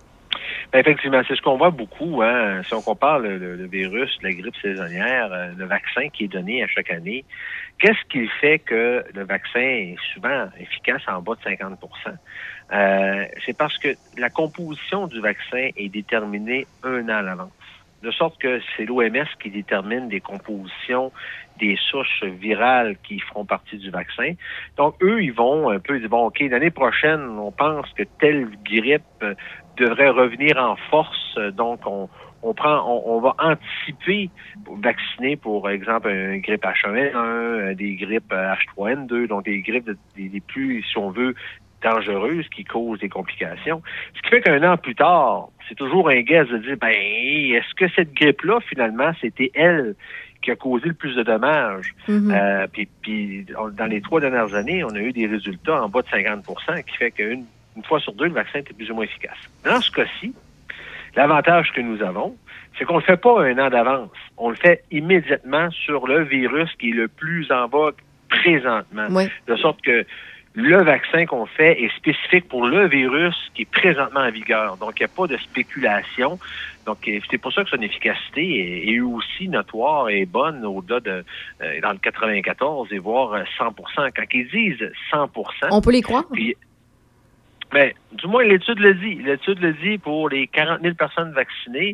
S16: Ben effectivement, c'est ce qu'on voit beaucoup. Hein. Si on compare le, le, le virus, la grippe saisonnière, euh, le vaccin qui est donné à chaque année, qu'est-ce qui fait que le vaccin est souvent efficace en bas de cinquante pour cent? Euh, c'est parce que la composition du vaccin est déterminée un an à l'avance. De sorte que c'est l'O M S qui détermine des compositions des souches virales qui feront partie du vaccin. Donc, eux, ils vont un peu dire, bon, OK, l'année prochaine, on pense que telle grippe euh, devrait revenir en force. Donc, on, on prend, on, on va anticiper pour vacciner, pour exemple, un grippe H un N un, des grippes H trois N deux, donc des grippes des, des plus, si on veut, dangereuses qui causent des complications. Ce qui fait qu'un an plus tard, c'est toujours un guess de dire, ben, est-ce que cette grippe-là, finalement, c'était elle qui a causé le plus de dommages? Mm-hmm. Euh, puis, puis, dans les trois dernières années, on a eu des résultats en bas de cinquante pour cent, qui fait qu'une une fois sur deux, le vaccin était plus ou moins efficace. Dans ce cas-ci, l'avantage que nous avons, c'est qu'on ne le fait pas un an d'avance. On le fait immédiatement sur le virus qui est le plus en vogue présentement. Oui. De sorte que le vaccin qu'on fait est spécifique pour le virus qui est présentement en vigueur. Donc, il n'y a pas de spéculation. Donc, c'est pour ça que son efficacité est, est aussi notoire et bonne au-delà de euh, dans le quatre-vingt-quatorze et voire cent pour cent. Quand ils disent cent pour cent...
S5: On peut les croire?
S16: Puis, ben, du moins, l'étude le dit. L'étude le dit pour les quarante mille personnes vaccinées.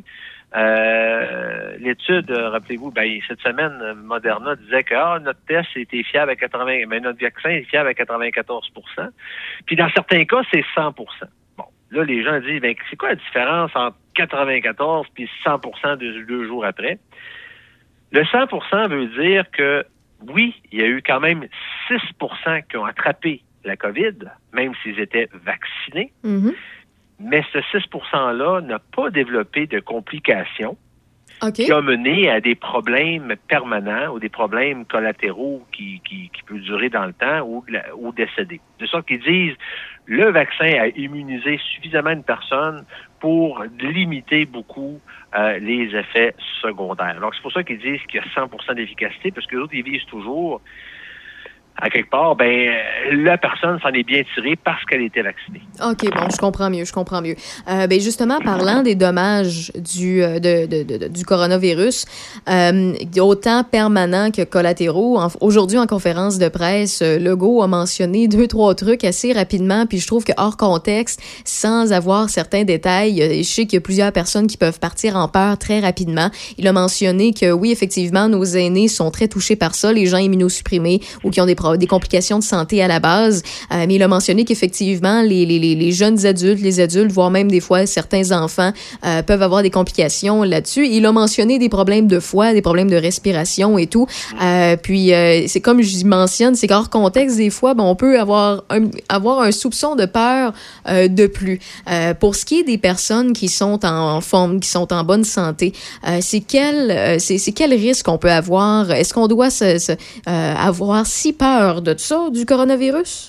S16: Euh, l'étude, rappelez-vous, ben, cette semaine, Moderna disait que ah, notre test était fiable à quatre-vingts, mais notre vaccin est fiable à quatre-vingt-quatorze pour cent. Puis dans certains cas, c'est cent pour cent. Bon, là, les gens disent, ben, c'est quoi la différence entre quatre-vingt-quatorze puis cent pour cent deux, deux jours après? Le cent pour cent veut dire que, oui, il y a eu quand même six pour cent qui ont attrapé la COVID, même s'ils étaient vaccinés. Mm-hmm. Mais ce six pour cent-là n'a pas développé de complications okay. qui ont mené à des problèmes permanents ou des problèmes collatéraux qui, qui, qui peuvent durer dans le temps ou, ou décéder. De sorte qu'ils disent le vaccin a immunisé suffisamment une personne pour limiter beaucoup euh, les effets secondaires. Donc, c'est pour ça qu'ils disent qu'il y a cent pour cent d'efficacité, parce que les autres, ils visent toujours à quelque part, ben la personne s'en est bien tirée parce qu'elle était vaccinée.
S5: OK, bon, je comprends mieux, je comprends mieux. Euh, ben justement, parlant des dommages du, de, de, de, du coronavirus, euh, autant permanents que collatéraux, en, aujourd'hui, en conférence de presse, Legault a mentionné deux, trois trucs assez rapidement, puis je trouve que hors contexte, sans avoir certains détails, je sais qu'il y a plusieurs personnes qui peuvent partir en peur très rapidement. Il a mentionné que oui, effectivement, nos aînés sont très touchés par ça, les gens immunosupprimés ou qui ont des des complications de santé à la base, euh, mais il a mentionné qu'effectivement, les, les, les jeunes adultes, les adultes, voire même des fois certains enfants euh, peuvent avoir des complications là-dessus. Il a mentionné des problèmes de foie, des problèmes de respiration et tout. Euh, puis, euh, c'est comme je mentionne, c'est qu'hors contexte, des fois, ben, on peut avoir un, avoir un soupçon de peur euh, de plus. Euh, pour ce qui est des personnes qui sont en forme, qui sont en bonne santé, euh, c'est quel, euh, c'est, c'est quel risque on peut avoir? Est-ce qu'on doit se, se, euh, avoir si peur de ça, du coronavirus?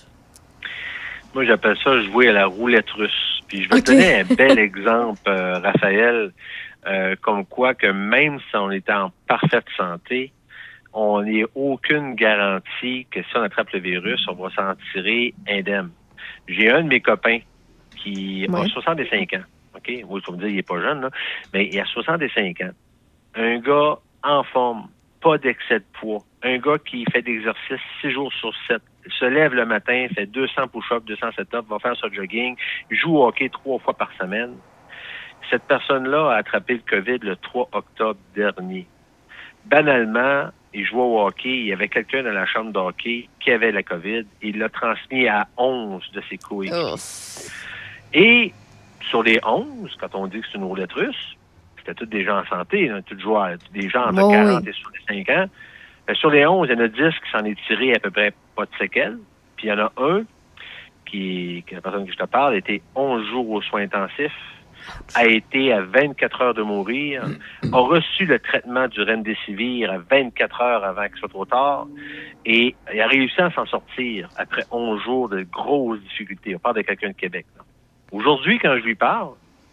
S16: Moi, j'appelle ça jouer à la roulette russe. Puis je vais okay. te donner un bel exemple, euh, Raphaël, euh, comme quoi que même si on était en parfaite santé, on n'a aucune garantie que si on attrape le virus, on va s'en tirer indemne. J'ai un de mes copains qui ouais. a soixante-cinq ans. OK? Oui, il faut me dire, il n'est pas jeune, là, mais il a soixante-cinq ans. Un gars en forme, pas d'excès de poids. Un gars qui fait d'exercice six jours sur sept, se lève le matin, fait deux cents push-ups, deux cents sit-ups, va faire son jogging, joue au hockey trois fois par semaine. Cette personne-là a attrapé le COVID le trois octobre dernier. Banalement, il jouait au hockey, il y avait quelqu'un dans la chambre de hockey qui avait la COVID, il l'a transmis à onze de ses coéquipiers. Oh. Et sur les onze, quand on dit que c'est une roulette russe, c'était tous des gens en santé, là, tous joueurs, des gens entre oh, quarante oui. et soixante-cinq ans. Ben, sur les onze, il y en a dix qui s'en est tiré à peu près pas de séquelles. Puis il y en a un qui, qui la personne que je te parle, a été onze jours aux soins intensifs, a été à vingt-quatre heures de mourir, a reçu le traitement du Remdesivir à vingt-quatre heures avant qu'il soit trop tard, et il a réussi à s'en sortir après onze jours de grosses difficultés. On parle de quelqu'un de Québec. Là. Aujourd'hui, quand je lui parle,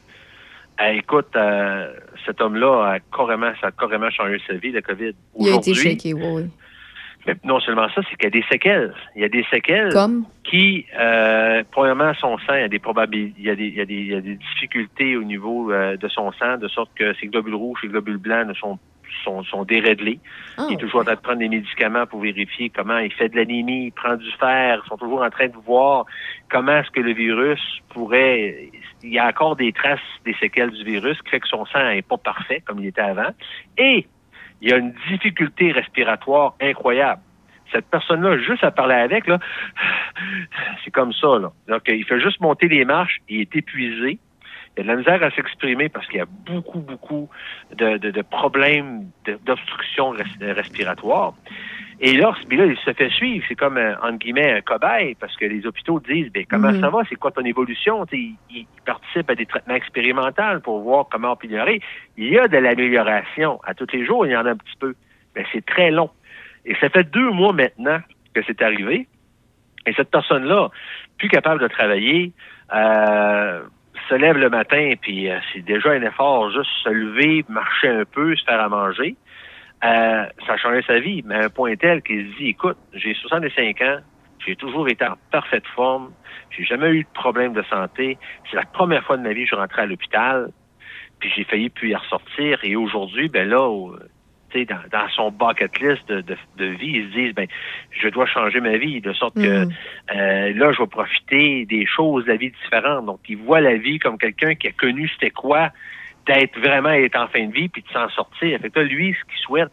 S16: Euh, écoute, euh, cet homme-là a carrément, ça a carrément changé sa vie, la COVID.
S5: Il a été shaké, oui, oui.
S16: Mais non seulement ça, c'est qu'il y a des séquelles. Il y a des séquelles
S5: Comme?
S16: qui, euh, premièrement, son sang, il y a des probabilités, il y a des, il y a des, il y a des difficultés au niveau euh, de son sang, de sorte que ses globules rouges et globules blancs ne sont sont, sont déréglés. Oh, il est toujours okay. en train de prendre des médicaments pour vérifier comment il fait de l'anémie, il prend du fer. Ils sont toujours en train de voir comment est-ce que le virus pourrait... Il y a encore des traces des séquelles du virus qui fait que son sang n'est pas parfait comme il était avant. Et il y a une difficulté respiratoire incroyable. Cette personne-là, juste à parler avec, là, c'est comme ça, là. Donc, il fait juste monter les marches, il est épuisé. Il y a de la misère à s'exprimer parce qu'il y a beaucoup, beaucoup de, de, de problèmes de, d'obstruction res, respiratoire. Et là, là, il se fait suivre. C'est comme, un, entre guillemets, un cobaye parce que les hôpitaux disent, ben comment mm-hmm. ça va? C'est quoi ton évolution? Il, il participe à des traitements expérimentaux pour voir comment améliorer. Il y a de l'amélioration. À tous les jours, il y en a un petit peu. Mais c'est très long. Et ça fait deux mois maintenant que c'est arrivé. Et cette personne-là, plus capable de travailler, euh, se lève le matin, puis euh, c'est déjà un effort, juste se lever, marcher un peu, se faire à manger. Euh, ça a changé sa vie, mais à un point tel qu'il se dit, écoute, j'ai soixante-cinq ans, j'ai toujours été en parfaite forme, j'ai jamais eu de problème de santé. C'est la première fois de ma vie que je rentrais à l'hôpital, puis j'ai failli plus y ressortir. Et aujourd'hui, ben là, au, Dans, dans son bucket list de, de, de vie, ils se disent, ben, je dois changer ma vie, de sorte que mmh. euh, là, je vais profiter des choses de la vie différentes. Donc, ils voient la vie comme quelqu'un qui a connu c'était quoi d'être vraiment être en fin de vie puis de s'en sortir. Fait que là, lui, ce qu'il souhaite,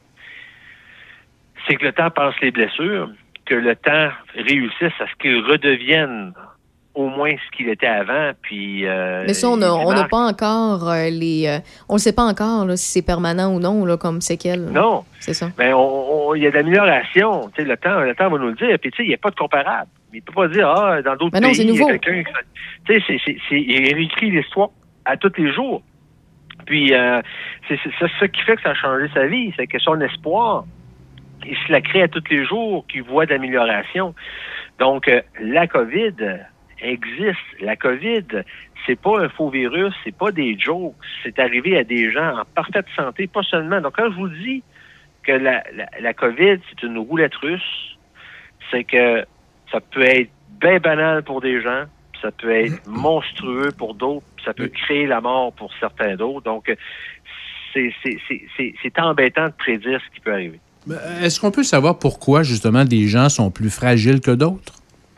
S16: c'est que le temps passe les blessures, que le temps réussisse à ce qu'il redevienne au moins ce qu'il était avant, puis... Euh,
S5: Mais ça, on n'a pas encore euh, les... Euh, on ne sait pas encore là, si c'est permanent ou non, là, comme séquelles.
S16: Non.
S5: C'est ça.
S16: Mais on, on, il y a de l'amélioration. Tu sais, le temps, le temps va nous le dire. Puis, tu sais, il n'y a pas de comparable. Il ne peut pas dire, ah, dans d'autres
S5: Mais non,
S16: pays,
S5: il y a
S16: quelqu'un... Tu sais, c'est, c'est, c'est, il réécrit l'histoire à tous les jours. Puis, euh, c'est, c'est, c'est ce qui fait que ça a changé sa vie. C'est que son espoir, il se la crée à tous les jours, qu'il voit d'amélioration. Donc, euh, la COVID... existe. La COVID, c'est pas un faux virus, c'est pas des jokes. C'est arrivé à des gens en parfaite santé, pas seulement. Donc, quand je vous dis que la, la, la COVID, c'est une roulette russe, c'est que ça peut être bien banal pour des gens, puis ça peut être monstrueux pour d'autres, puis ça peut créer la mort pour certains d'autres. Donc, c'est, c'est, c'est, c'est, c'est embêtant de prédire ce qui peut arriver.
S6: Est-ce qu'on peut savoir pourquoi, justement, des gens sont plus fragiles que d'autres?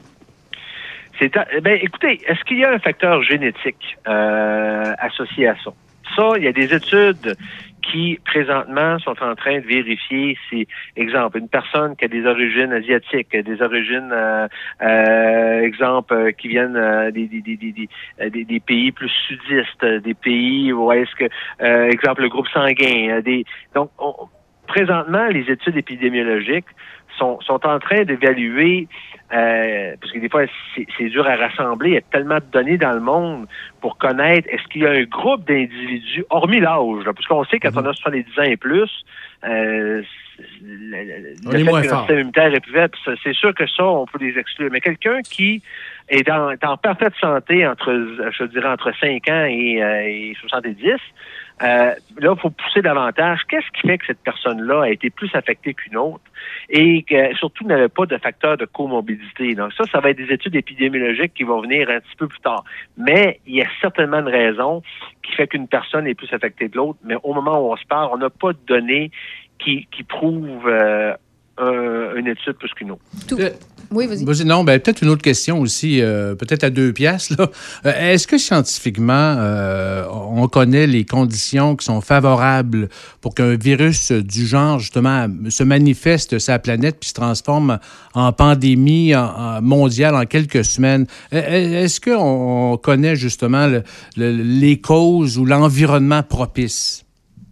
S16: C'est, ben, écoutez, est-ce qu'il y a un facteur génétique euh, associé à ça? Ça, il y a des études qui, présentement, sont en train de vérifier si, exemple, une personne qui a des origines asiatiques, des origines, euh, euh, exemple, euh, qui viennent euh, des, des, des, des, des, des pays plus sudistes, des pays où est-ce que, euh, exemple, le groupe sanguin, des, donc, on, présentement, les études épidémiologiques sont, sont en train d'évaluer, euh, parce que des fois, c'est, c'est dur à rassembler, il y a tellement de données dans le monde pour connaître est-ce qu'il y a un groupe d'individus, hormis l'âge, là, parce qu'on sait que quand mm-hmm. on a soixante-dix ans et plus, euh, le, le, le fait que notre système immunitaire est plus faible, c'est sûr que ça, on peut les exclure. Mais quelqu'un qui est en, est en parfaite santé entre, je dirais, entre cinq ans et, euh, et soixante-dix, Euh, là, il faut pousser davantage. Qu'est-ce qui fait que cette personne-là a été plus affectée qu'une autre et que surtout n'avait pas de facteur de comorbidité? Donc ça, ça va être des études épidémiologiques qui vont venir un petit peu plus tard. Mais il y a certainement une raison qui fait qu'une personne est plus affectée que l'autre. Mais au moment où on se parle, on n'a pas de données qui, qui prouvent euh, un, une étude plus qu'une autre.
S5: Tout. Oui, vas-y.
S6: vas-y. Non, ben, peut-être une autre question aussi, euh, peut-être à deux piastres. Là. Euh, est-ce que scientifiquement, euh, on connaît les conditions qui sont favorables pour qu'un virus du genre, justement, se manifeste sur la planète puis se transforme en pandémie en, en mondiale en quelques semaines? Est-ce qu'on connaît justement le, le, les causes ou l'environnement propice?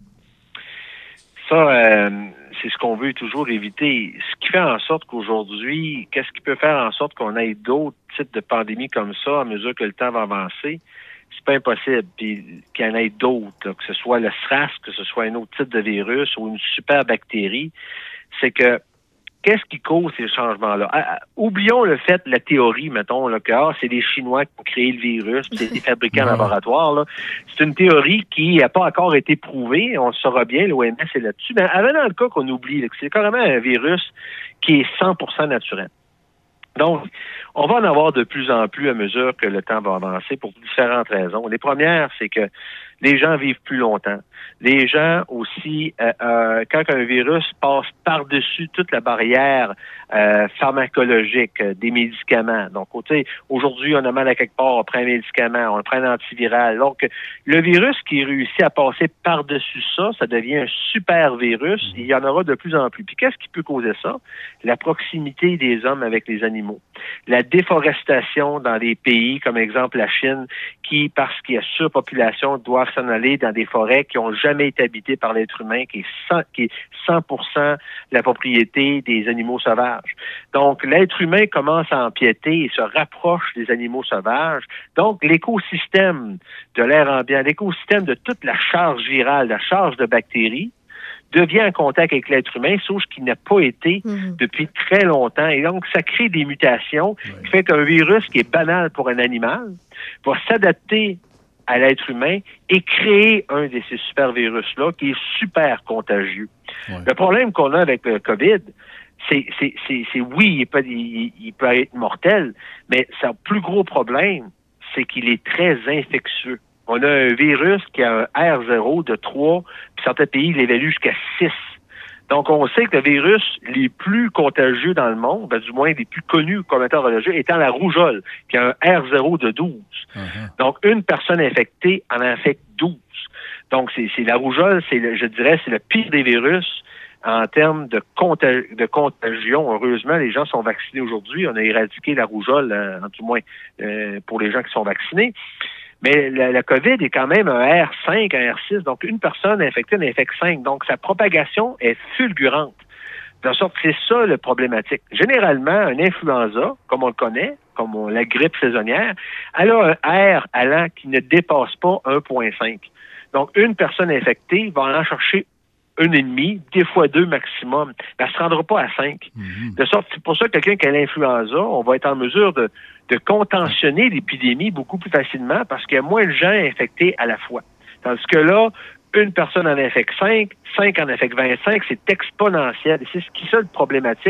S16: Ça... Euh... c'est ce qu'on veut toujours éviter. Ce qui fait en sorte qu'aujourd'hui, qu'est-ce qui peut faire en sorte qu'on ait d'autres types de pandémies comme ça à mesure que le temps va avancer? C'est pas impossible. Puis qu'il y en ait d'autres, là, que ce soit le SRAS, que ce soit un autre type de virus ou une super bactérie, c'est que qu'est-ce qui cause ces changements-là? Ah, oublions le fait, la théorie, mettons, là, que ah, c'est les Chinois qui ont créé le virus, c'est des fabriqués en laboratoire. Là. C'est une théorie qui n'a pas encore été prouvée. On le saura bien, l'O M S est là-dessus. Mais avant, dans le cas qu'on oublie, là, que c'est carrément un virus qui est cent pour cent naturel. Donc, on va en avoir de plus en plus à mesure que le temps va avancer pour différentes raisons. Les premières, c'est que les gens vivent plus longtemps. Les gens aussi, euh, euh, quand un virus passe par-dessus toute la barrière euh, pharmacologique euh, des médicaments. Donc, tu sais, aujourd'hui, on a mal à quelque part, on prend un médicament, on prend un antiviral. Donc, le virus qui réussit à passer par-dessus ça, ça devient un super virus. Il y en aura de plus en plus. Puis, qu'est-ce qui peut causer ça? La proximité des hommes avec les animaux. La déforestation dans des pays, comme exemple la Chine, qui, parce qu'il y a surpopulation, doivent s'en aller dans des forêts qui n'ont jamais été habitées par l'être humain, qui est cent, qui est cent pour cent la propriété des animaux sauvages. Donc, l'être humain commence à empiéter et se rapproche des animaux sauvages. Donc, l'écosystème de l'air ambiant, l'écosystème de toute la charge virale, la charge de bactéries, devient en contact avec l'être humain, chose qui n'a pas été mmh. depuis très longtemps. Et donc, ça crée des mutations ouais. qui fait qu'un virus qui est banal pour un animal va s'adapter à l'être humain et créer un de ces super virus-là qui est super contagieux. Ouais. Le problème qu'on a avec le COVID, c'est, c'est, c'est, c'est oui, il peut, il, il peut être mortel, mais son plus gros problème, c'est qu'il est très infectieux. On a un virus qui a un R zéro de trois, puis certains pays l'évaluent jusqu'à six. Donc, on sait que le virus les plus contagieux dans le monde, ben, du moins les plus connus comme étant contagieux, étant la rougeole, qui a un R zéro de douze. Uh-huh. Donc, une personne infectée en infecte douze. Donc, c'est, c'est la rougeole, c'est le, je dirais, c'est le pire des virus en termes de, contag- de contagion. Heureusement, les gens sont vaccinés aujourd'hui. On a éradiqué la rougeole, euh, en tout moins euh, pour les gens qui sont vaccinés. Mais la, la COVID est quand même un R cinq, un R six. Donc, une personne infectée en infecte cinq. Donc, sa propagation est fulgurante. De sorte que c'est ça le problématique. Généralement, un influenza, comme on le connaît, comme on, la grippe saisonnière, elle a un R allant qui ne dépasse pas un virgule cinq. Donc, une personne infectée va en chercher une et demi, des fois deux maximum. Elle ne se rendra pas à cinq. Mm-hmm. De sorte, c'est pour ça que quelqu'un qui a l'influenza, on va être en mesure de, de contentionner l'épidémie beaucoup plus facilement parce qu'il y a moins de gens infectés à la fois. Tandis que là, une personne en infecte cinq, cinq en infecte vingt-cinq, c'est exponentiel. Et c'est ce qui est ça le problématique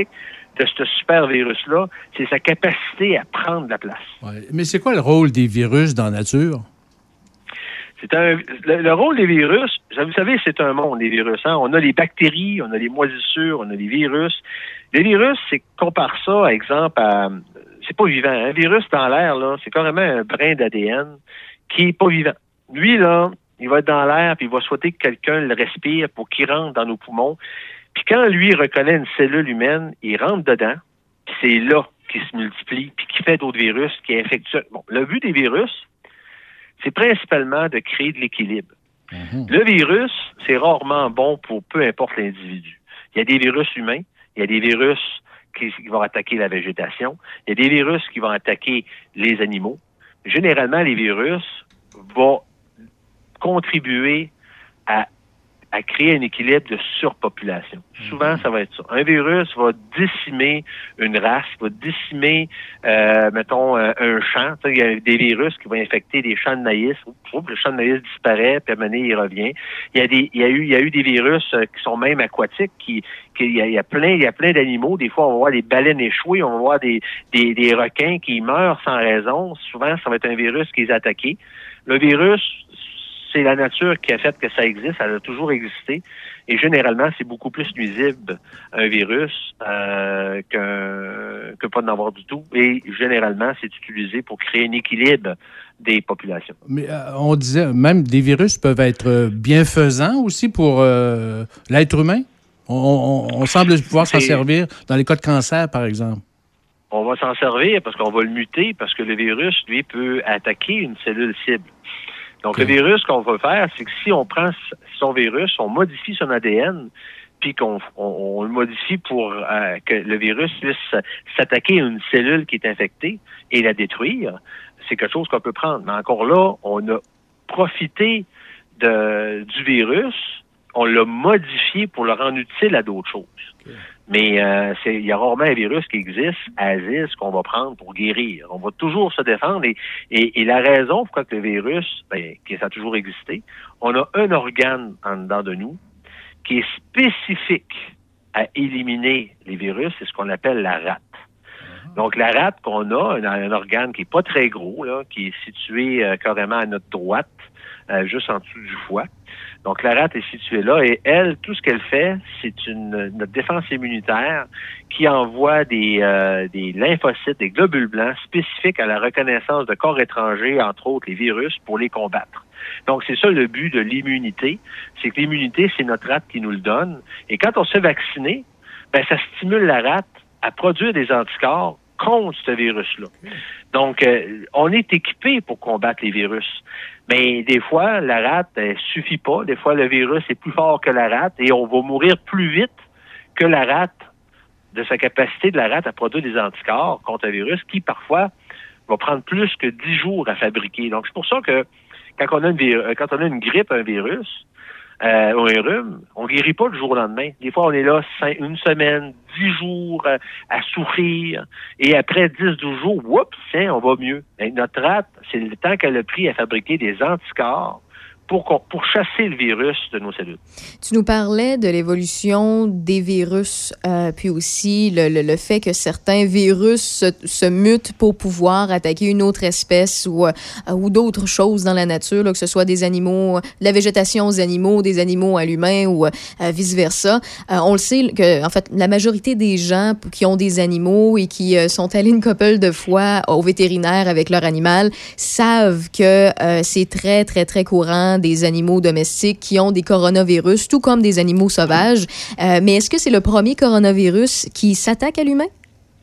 S16: de ce super virus-là, c'est sa capacité à prendre la place.
S6: Ouais. Mais c'est quoi le rôle des virus dans la nature?
S16: C'est un, le, le rôle des virus, vous savez, c'est un monde, les virus. Hein? On a les bactéries, on a les moisissures, on a les virus. Les virus, c'est compare ça, par exemple, à... C'est pas vivant. Un virus dans l'air, là, c'est carrément un brin d'A D N qui est pas vivant. Lui, là, il va être dans l'air, puis il va souhaiter que quelqu'un le respire pour qu'il rentre dans nos poumons. Puis quand lui reconnaît une cellule humaine, il rentre dedans, puis c'est là qu'il se multiplie, puis qu'il fait d'autres virus, qui infectent. Bon, le but des virus, c'est principalement de créer de l'équilibre. Mmh. Le virus, c'est rarement bon pour peu importe l'individu. Il y a des virus humains, il y a des virus qui, qui vont attaquer la végétation, il y a des virus qui vont attaquer les animaux. Généralement, les virus vont contribuer à, à créer un équilibre de surpopulation. Souvent, ça va être ça. Un virus va décimer une race, va décimer, euh, mettons, un, un champ. Il y a des virus qui vont infecter des champs de maïs. Oups, le champ de maïs disparaît, puis à un moment donné, il revient. Il y a des, il y a eu, il y a eu des virus qui sont même aquatiques, qui, qui il y a, il y a plein, il y a plein d'animaux. Des fois, on va voir des baleines échouées, on va voir des, des, des requins qui meurent sans raison. Souvent, ça va être un virus qui les a attaqués. Le virus, c'est la nature qui a fait que ça existe, ça a toujours existé. Et généralement, c'est beaucoup plus nuisible, un virus, euh, qu'un, que pas d'en avoir du tout. Et généralement, c'est utilisé pour créer un équilibre des populations.
S6: Mais euh, on disait, même des virus peuvent être bienfaisants aussi pour euh, l'être humain. On, on, on semble pouvoir s'en servir dans les cas de cancer, par exemple.
S16: On va s'en servir parce qu'on va le muter, parce que le virus, lui, peut attaquer une cellule cible. Donc, okay. Le virus qu'on va faire, c'est que si on prend son virus, on modifie son A D N, puis qu'on on, on le modifie pour euh, que le virus puisse s'attaquer à une cellule qui est infectée et la détruire, c'est quelque chose qu'on peut prendre. Mais encore là, on a profité de, du virus, on l'a modifié pour le rendre utile à d'autres choses. Okay. Mais euh, c'est, il y a rarement un virus qui existe à Aziz qu'on va prendre pour guérir. On va toujours se défendre et, et, et la raison pourquoi que le virus, ben, que ça a toujours existé, on a un organe en dedans de nous qui est spécifique à éliminer les virus, c'est ce qu'on appelle la rate. Donc la rate qu'on a, un, un organe qui est pas très gros, là, qui est situé euh, carrément à notre droite, euh, juste en dessous du foie. Donc, la rate est située là et elle, tout ce qu'elle fait, c'est une notre défense immunitaire qui envoie des, euh, des lymphocytes, des globules blancs spécifiques à la reconnaissance de corps étrangers, entre autres les virus, pour les combattre. Donc, c'est ça le but de l'immunité. C'est que l'immunité, c'est notre rate qui nous le donne. Et quand on se fait vacciner, ben, ça stimule la rate à produire des anticorps contre ce virus-là. Donc, euh, on est équipé pour combattre les virus. Mais des fois, la rate, elle suffit pas. Des fois, le virus est plus fort que la rate et on va mourir plus vite que la rate, de sa capacité de la rate à produire des anticorps contre un virus qui, parfois, va prendre plus que dix jours à fabriquer. Donc, c'est pour ça que quand on a une, vir- quand on a une grippe, un virus, euh, ou un rhume, on guérit pas du jour au lendemain. Des fois, on est là cinq, une semaine, dix jours euh, à souffrir. Et après dix, douze jours, oups, tiens, on va mieux. Et notre rate, c'est le temps qu'elle a pris à fabriquer des anticorps pour, pour chasser le virus de nos cellules.
S5: Tu nous parlais de l'évolution des virus, euh, puis aussi le, le, le fait que certains virus se, se mutent pour pouvoir attaquer une autre espèce ou, euh, ou d'autres choses dans la nature, là, que ce soit des animaux, de la végétation aux animaux, des animaux à l'humain ou euh, vice-versa. Euh, on le sait que, en fait, la majorité des gens qui ont des animaux et qui euh, sont allés une couple de fois au vétérinaire avec leur animal savent que euh, c'est très, très, très courant des animaux domestiques qui ont des coronavirus, tout comme des animaux sauvages. Euh, mais est-ce que c'est le premier coronavirus qui s'attaque à l'humain?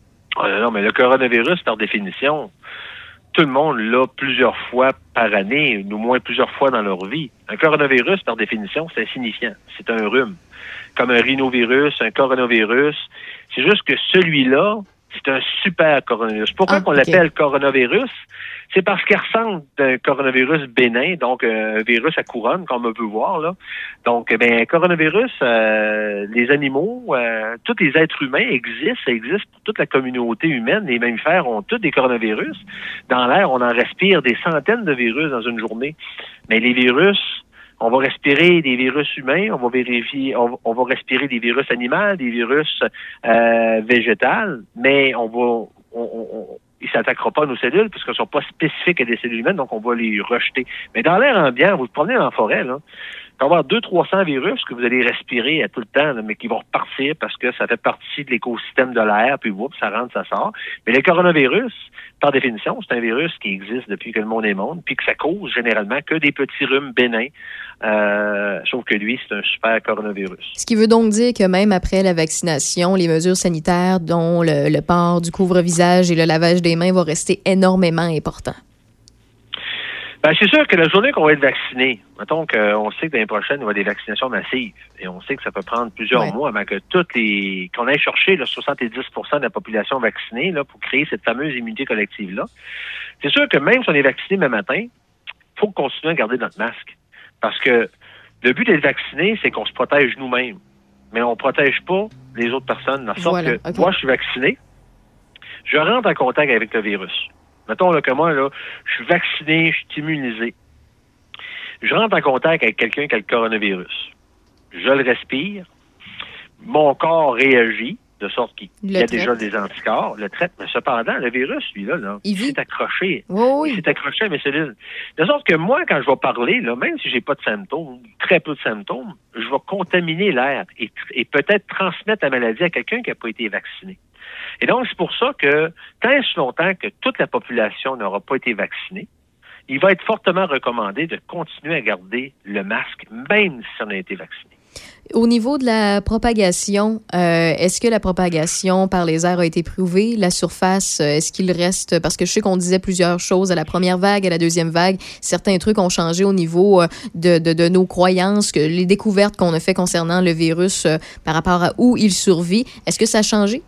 S16: Oh non, mais le coronavirus, par définition, tout le monde l'a plusieurs fois par année, ou moins plusieurs fois dans leur vie. Un coronavirus, par définition, c'est insignifiant. C'est un rhume. Comme un rhinovirus, un coronavirus. C'est juste que celui-là, c'est un super coronavirus. Pourquoi ah, qu'on okay. l'appelle coronavirus? C'est parce qu'il ressemble à un coronavirus bénin, donc un virus à couronne, comme on peut voir là. Donc, ben, coronavirus, euh, les animaux, euh, tous les êtres humains existent, ça existe pour toute la communauté humaine. Les mammifères ont tous des coronavirus. Dans l'air, on en respire des centaines de virus dans une journée. Mais les virus On va respirer des virus humains, on va vérifier, on, on va respirer des virus animaux, des virus euh, végétales, mais on va, on, on, ils s'attaqueront pas à nos cellules parce qu'elles sont pas spécifiques à des cellules humaines, donc on va les rejeter. Mais dans l'air ambiant, vous vous promenez en forêt, là, il va y avoir deux cents à trois cents virus que vous allez respirer à tout le temps, là, mais qui vont repartir parce que ça fait partie de l'écosystème de l'air, puis oups, ça rentre, ça sort. Mais le coronavirus, par définition, c'est un virus qui existe depuis que le monde est monde, puis que ça cause généralement que des petits rhumes bénins, euh, sauf que lui, c'est un super coronavirus.
S5: Ce qui veut donc dire que même après la vaccination, les mesures sanitaires, dont le, le port du couvre-visage et le lavage des mains, vont rester énormément importants.
S16: Ben, c'est sûr que la journée qu'on va être vacciné, mettons qu'on sait que l'année prochaine, il va y avoir des vaccinations massives, et on sait que ça peut prendre plusieurs ouais. mois avant que toutes les, qu'on aille chercher le soixante-dix pour cent de la population vaccinée, là, pour créer cette fameuse immunité collective-là. C'est sûr que même si on est vacciné le matin, il faut continuer à garder notre masque. Parce que le but d'être vacciné, c'est qu'on se protège nous-mêmes. Mais on ne protège pas les autres personnes. De sorte voilà, que okay. moi, je suis vacciné, je rentre en contact avec le virus. Mettons là, que moi, là, je suis vacciné, je suis immunisé. Je rentre en contact avec quelqu'un qui a le coronavirus. Je le respire. Mon corps réagit, de sorte qu'il le y a traite. Déjà des anticorps, le traite. Mais cependant, le virus, lui-là, là, il, il s'est accroché.
S5: Oh oui.
S16: Il s'est accroché à mes cellules. De sorte que moi, quand je vais parler, là, même si j'ai pas de symptômes, très peu de symptômes, je vais contaminer l'air et, et peut-être transmettre la maladie à quelqu'un qui n'a pas été vacciné. Et donc, c'est pour ça que, tant et si longtemps que toute la population n'aura pas été vaccinée, il va être fortement recommandé de continuer à garder le masque, même si on a été vacciné.
S5: Au niveau de la propagation, euh, est-ce que la propagation par les airs a été prouvée? La surface, est-ce qu'il reste... Parce que je sais qu'on disait plusieurs choses à la première vague, à la deuxième vague. Certains trucs ont changé au niveau de, de, de nos croyances, que les découvertes qu'on a fait concernant le virus euh, par rapport à où il survit. Est-ce que ça a changé?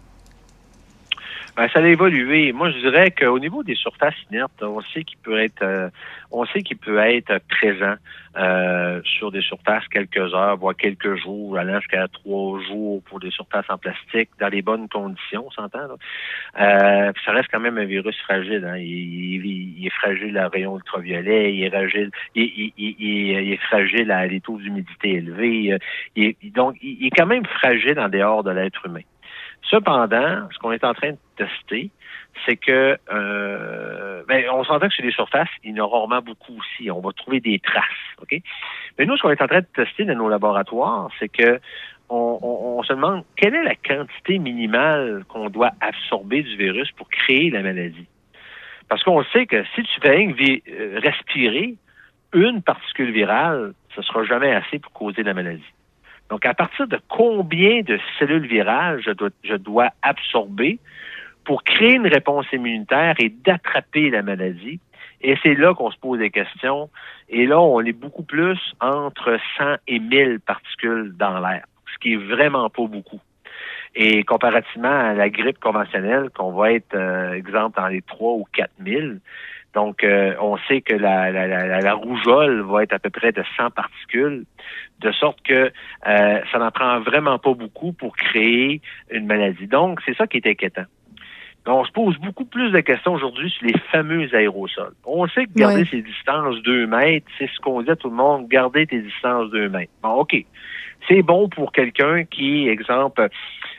S16: Ben, ça a évolué. Moi, je dirais qu'au niveau des surfaces inertes, on sait qu'il peut être, euh, on sait qu'il peut être présent euh, sur des surfaces quelques heures, voire quelques jours, allant jusqu'à trois jours pour des surfaces en plastique, dans les bonnes conditions, on s'entend. Là. Euh, ça reste quand même un virus fragile. Hein. Il, il, il est fragile à rayon ultraviolet, il est fragile, il, il, il, il est fragile à des taux d'humidité élevés. Il est, donc, il est quand même fragile en dehors de l'être humain. Cependant, ce qu'on est en train de tester, c'est que euh, ben, on s'entend que sur les surfaces, il y en a rarement beaucoup aussi. On va trouver des traces, ok. Mais nous, ce qu'on est en train de tester dans nos laboratoires, c'est que on, on, on se demande quelle est la quantité minimale qu'on doit absorber du virus pour créer la maladie. Parce qu'on sait que si tu fais vi- respirer une particule virale, ce sera jamais assez pour causer la maladie. Donc, à partir de combien de cellules virales je dois, je dois absorber pour créer une réponse immunitaire et d'attraper la maladie? Et c'est là qu'on se pose des questions. Et là, on est beaucoup plus entre cent et mille particules dans l'air, ce qui est vraiment pas beaucoup. Et comparativement à la grippe conventionnelle, qu'on va être, euh, exemple, dans les trois ou quatre mille, donc, euh, on sait que la, la, la, la rougeole va être à peu près de cent particules, de sorte que euh, ça n'en prend vraiment pas beaucoup pour créer une maladie. Donc, c'est ça qui est inquiétant. Donc, on se pose beaucoup plus de questions aujourd'hui sur les fameux aérosols. On sait que garder ouais. ses distances deux mètres, c'est ce qu'on dit à tout le monde, garder tes distances deux mètres. Bon, OK. C'est bon pour quelqu'un qui, exemple,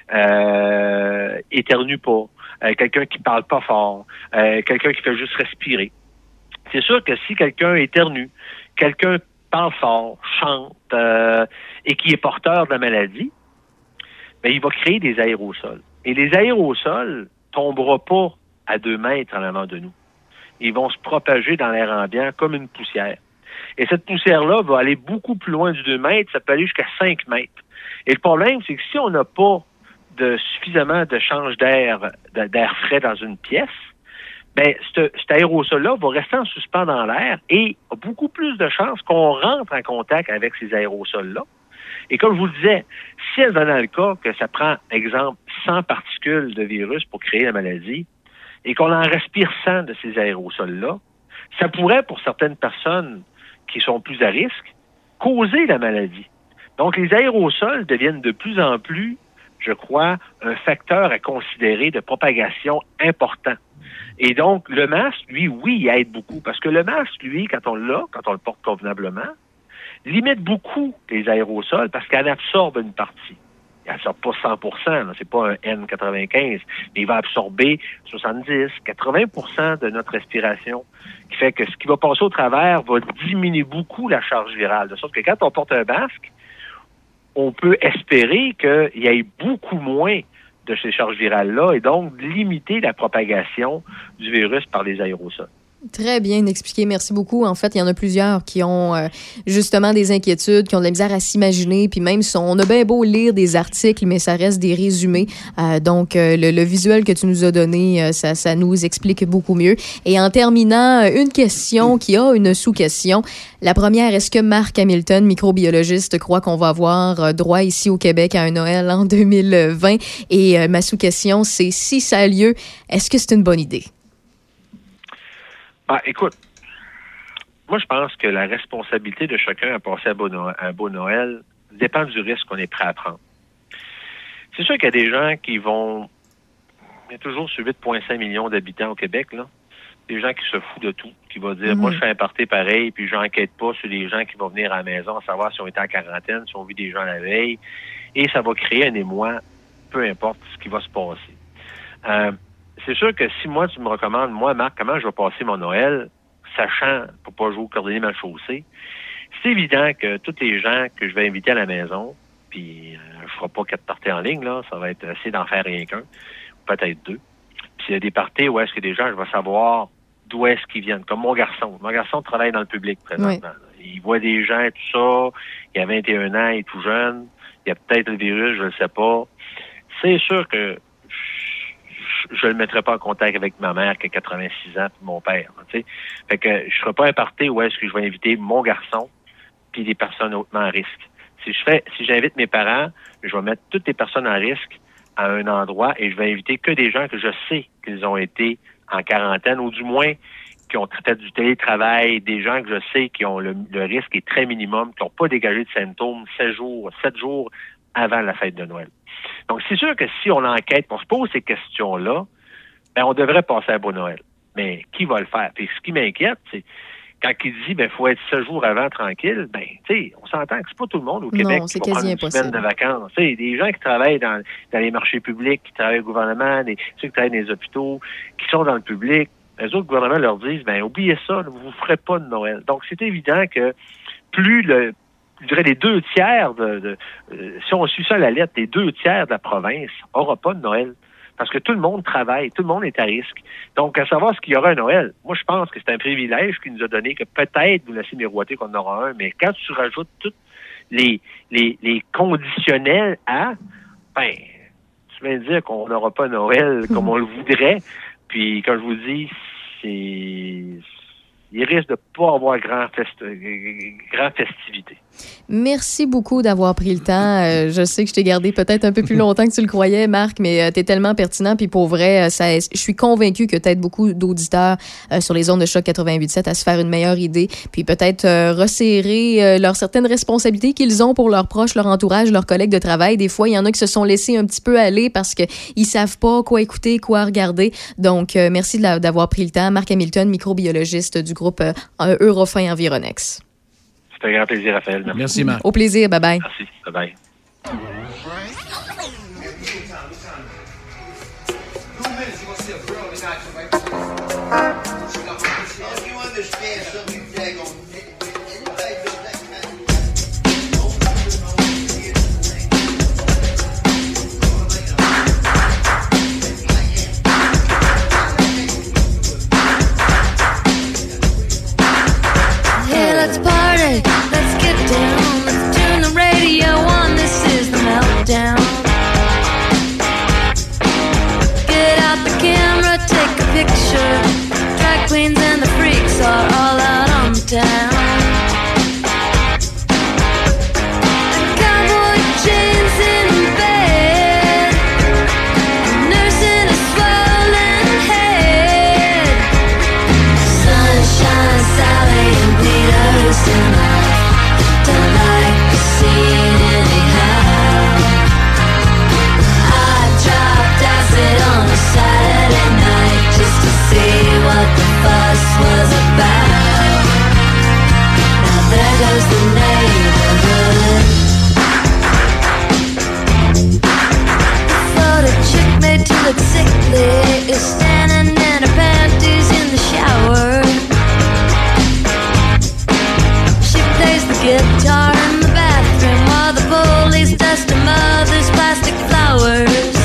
S16: euh, éternue pas. Euh, quelqu'un qui parle pas fort, euh, quelqu'un qui fait juste respirer. C'est sûr que si quelqu'un éternue, quelqu'un parle fort, chante euh, et qui est porteur de la maladie, ben, il va créer des aérosols. Et les aérosols tomberont pas à deux mètres en avant de nous. Ils vont se propager dans l'air ambiant comme une poussière. Et cette poussière-là va aller beaucoup plus loin du deux mètres, ça peut aller jusqu'à cinq mètres. Et le problème, c'est que si on n'a pas de suffisamment de change d'air, d'air frais dans une pièce, ben, cet, cet aérosol-là va rester en suspens dans l'air et a beaucoup plus de chances qu'on rentre en contact avec ces aérosols-là. Et comme je vous le disais, si dans le cas que ça prend, exemple, cent particules de virus pour créer la maladie et qu'on en respire cent de ces aérosols-là, ça pourrait, pour certaines personnes qui sont plus à risque, causer la maladie. Donc, les aérosols deviennent de plus en plus, je crois, un facteur à considérer de propagation important. Et donc, le masque, lui, oui, il aide beaucoup. Parce que le masque, lui, quand on l'a, quand on le porte convenablement, limite beaucoup les aérosols parce qu'elle absorbe une partie. Elle absorbe pas cent pour cent, là, c'est pas un N quatre-vingt-quinze, mais il va absorber soixante-dix, quatre-vingts pour cent de notre respiration, qui fait que ce qui va passer au travers va diminuer beaucoup la charge virale. De sorte que quand on porte un masque, on peut espérer qu'il y ait beaucoup moins de ces charges virales-là et donc limiter la propagation du virus par les aérosols.
S5: Très bien expliqué. Merci beaucoup. En fait, il y en a plusieurs qui ont euh, justement des inquiétudes, qui ont de la misère à s'imaginer. Puis même, on a bien beau lire des articles, mais ça reste des résumés. Euh, donc, euh, le, le visuel que tu nous as donné, euh, ça, ça nous explique beaucoup mieux. Et en terminant, une question qui a une sous-question. La première, est-ce que Marc Hamilton, microbiologiste, croit qu'on va avoir droit ici au Québec à un Noël en deux mille vingt? Et euh, ma sous-question, c'est si ça a lieu, est-ce que c'est une bonne idée?
S16: Ah, écoute, moi, je pense que la responsabilité de chacun à passer un beau Noël, un beau Noël dépend du risque qu'on est prêt à prendre. C'est sûr qu'il y a des gens qui vont... Il y a toujours sur huit virgule cinq millions d'habitants au Québec, là, des gens qui se foutent de tout, qui vont dire, mm-hmm. moi, je fais un party pareil, puis j'enquête pas sur les gens qui vont venir à la maison, à savoir si on était en quarantaine, si on vit des gens la veille, et ça va créer un émoi, peu importe ce qui va se passer. Euh, C'est sûr que si moi, tu me recommandes, moi, Marc, comment je vais passer mon Noël, sachant, pour pas jouer au cordonnier mal chaussé, c'est évident que tous les gens que je vais inviter à la maison, puis euh, je ferai pas quatre parties en ligne, là, ça va être essayer d'en faire rien qu'un, peut-être deux. Puis s'il y a des parties où est-ce que des gens, je vais savoir d'où est-ce qu'ils viennent, comme mon garçon. Mon garçon travaille dans le public présentement. Oui. Il voit des gens et tout ça, il a vingt et un ans, il est tout jeune, il y a peut-être le virus, je ne sais pas. C'est sûr que je ne le mettrai pas en contact avec ma mère qui a quatre-vingt-six ans puis mon père. Tu sais. Fait que je ne ferai pas un party où est-ce que je vais inviter mon garçon puis des personnes hautement à risque. Si je fais, si j'invite mes parents, je vais mettre toutes les personnes à risque à un endroit et je vais inviter que des gens que je sais qu'ils ont été en quarantaine ou du moins qui ont fait du télétravail, des gens que je sais qui ont le, le risque est très minimum, qui n'ont pas dégagé de symptômes sept jours, sept jours avant la fête de Noël. Donc, c'est sûr que si on enquête, on se pose ces questions-là, ben, on devrait passer un beau Noël. Mais qui va le faire? Puis ce qui m'inquiète, c'est quand il dit, ben, faut être sept jours avant tranquille, ben, tu sais, on s'entend que c'est pas tout le monde au Québec
S5: non,
S16: qui va prendre une
S5: impossible.
S16: semaine de vacances. Tu sais, des gens qui travaillent dans, dans les marchés publics, qui travaillent au gouvernement, des, ceux qui travaillent dans les hôpitaux, qui sont dans le public, les autres gouvernements leur disent, ben, oubliez ça, vous ne ferez pas de Noël. Donc, c'est évident que plus le, je dirais les deux tiers de, de euh, si on suit ça à la lettre, les deux tiers de la province n'aura pas de Noël. Parce que tout le monde travaille, tout le monde est à risque. Donc, à savoir ce qu'il y aura à Noël, moi, je pense que c'est un privilège qu'il nous a donné, que peut-être vous laissez miroiter qu'on en aura un, mais quand tu rajoutes tous les, les, les conditionnels à, ben, tu viens de dire qu'on n'aura pas Noël comme on le voudrait. Puis, quand je vous dis, c'est... il risque de ne pas avoir grand, fest... grand festivité.
S5: Merci beaucoup d'avoir pris le temps. Euh, je sais que je t'ai gardé peut-être un peu plus longtemps que tu le croyais, Marc, mais euh, tu es tellement pertinent. Puis pour vrai, ça, je suis convaincue que tu aides beaucoup d'auditeurs euh, sur les ondes de Choc quatre-vingt-huit sept à se faire une meilleure idée, puis peut-être euh, resserrer euh, leurs certaines responsabilités qu'ils ont pour leurs proches, leur entourage, leurs collègues de travail. Des fois, il y en a qui se sont laissés un petit peu aller parce qu'ils savent pas quoi écouter, quoi regarder. Donc, euh, merci de la, d'avoir pris le temps. Marc Hamilton, microbiologiste du groupe euh, Eurofin Environex.
S16: C'est un grand plaisir, Raphaël. Merci.
S6: Merci, Marc.
S5: Au plaisir. Bye-bye.
S16: Merci. Bye-bye.
S18: Hey, let's party, let's get down, let's turn the radio on, this is the meltdown. Get out the camera, take a picture, drag queens and the freaks are all out on the town. A cowboy chains in bed, a nurse in a swollen head, Sunshine Sally and Peter Houston. goes the neighborhood. Thought a chick made to look sickly is standing in her panties in the shower. She plays the guitar in the bathroom while the bullies dust her mother's plastic flowers.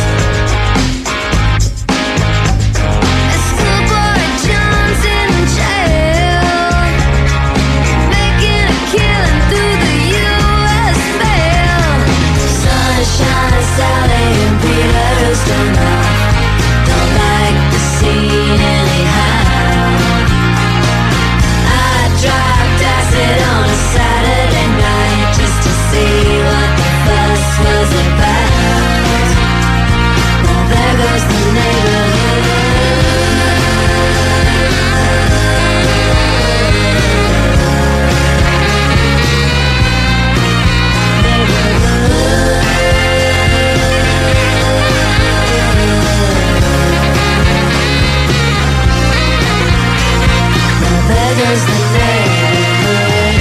S18: Sally and Peter stand up. Don't like the scene anyhow. I dropped acid on a Saturday night just to see what the fuss was about. Now there goes the neighborhood. There's the neighborhood.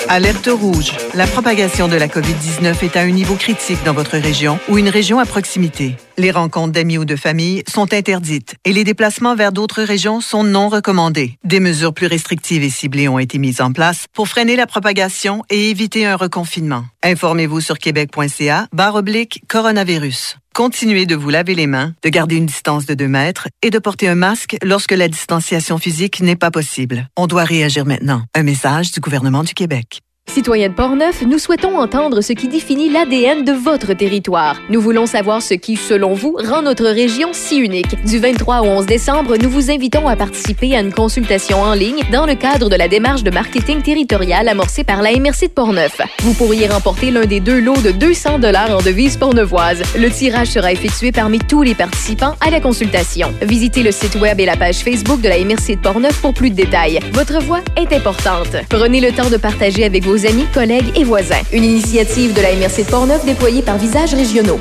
S19: Alerte rouge. La propagation de la covid dix-neuf est à un niveau critique dans votre région ou une région à proximité. Les rencontres d'amis ou de famille sont interdites et les déplacements vers d'autres régions sont non recommandés. Des mesures plus restrictives et ciblées ont été mises en place pour freiner la propagation et éviter un reconfinement. Informez-vous sur québec.ca barre oblique coronavirus. Continuez de vous laver les mains, de garder une distance de deux mètres et de porter un masque lorsque la distanciation physique n'est pas possible. On doit réagir maintenant. Un message du gouvernement du Québec.
S2: Citoyens de Portneuf, nous souhaitons entendre ce qui définit l'A D N de votre territoire. Nous voulons savoir ce qui, selon vous, rend notre région si unique. Du vingt-trois au onze décembre, nous vous invitons à participer à une consultation en ligne dans le cadre de la démarche de marketing territorial amorcée par la M R C de Portneuf. Vous pourriez remporter l'un des deux lots de deux cents dollars en devises portneuvoises. Le tirage sera effectué parmi tous les participants à la consultation. Visitez le site web et la page Facebook de la M R C de Portneuf pour plus de détails. Votre voix est importante. Prenez le temps de partager avec vos amis, collègues et voisins. Une initiative de la M R C de Portneuf déployée par Visages Régionaux.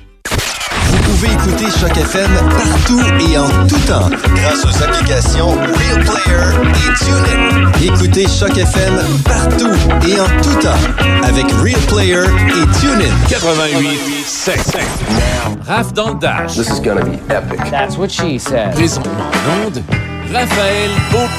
S12: Vous pouvez écouter Choc F M partout et en tout temps grâce aux applications Real Player et TuneIn. Écoutez Choc F M partout et en tout temps avec Real Player et TuneIn.
S9: quatre-vingt-huit sept. Raph dans le Dash. This is gonna be epic. That's what she said. Présentement en onde, Raphaël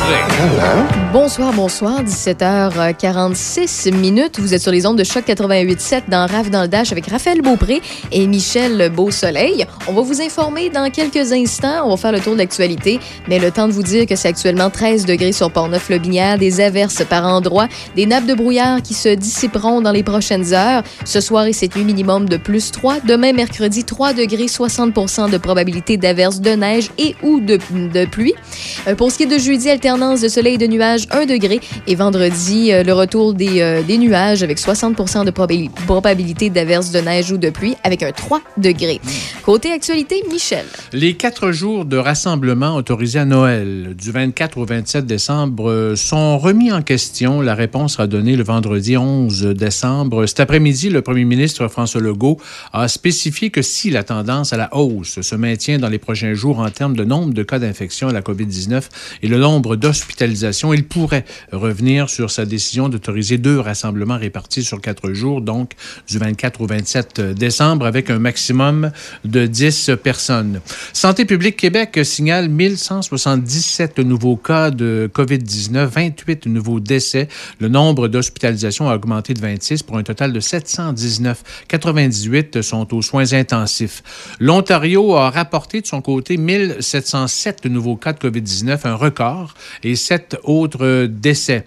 S9: Beaupré.
S5: Bonsoir, bonsoir, dix-sept heures quarante-six minutes. Vous êtes sur les ondes de Choc quatre-vingt-huit sept dans Raph dans le Dash avec Raphaël Beaupré et Michel Beausoleil. On va vous informer dans quelques instants. On va faire le tour de l'actualité, mais le temps de vous dire que c'est actuellement treize degrés sur Portneuf-Lobinière, des averses par endroits, des nappes de brouillard qui se dissiperont dans les prochaines heures. Ce soir et cette nuit, minimum de plus trois. Demain, mercredi, trois degrés, soixante pour cent de probabilité d'averses, de neige et ou de, de pluie. Euh, pour ce qui est de jeudi, alternance de soleil et de nuages, un degré. Et vendredi, euh, le retour des, euh, des nuages avec soixante pour cent de probabil- probabilité d'averses, de neige ou de pluie avec un trois degrés. Côté actualité, Michel.
S6: Les quatre jours de rassemblement autorisés à Noël, du vingt-quatre au vingt-sept décembre, sont remis en question. La réponse sera donnée le vendredi onze décembre. Cet après-midi, le premier ministre François Legault a spécifié que si la tendance à la hausse se maintient dans les prochains jours en termes de nombre de cas d'infection à la covid dix-neuf et le nombre d'hospitalisations, il pourrait revenir sur sa décision d'autoriser deux rassemblements répartis sur quatre jours, donc du vingt-quatre au vingt-sept décembre, avec un maximum de dix personnes. Santé publique Québec signale mille cent soixante-dix-sept nouveaux cas de covid dix-neuf, vingt-huit nouveaux décès. Le nombre d'hospitalisations a augmenté de vingt-six pour un total de sept cent dix-neuf. quatre-vingt-dix-huit sont aux soins intensifs. L'Ontario a rapporté de son côté mille sept cent sept nouveaux cas de covid dix-neuf, un record, et sept autres décès.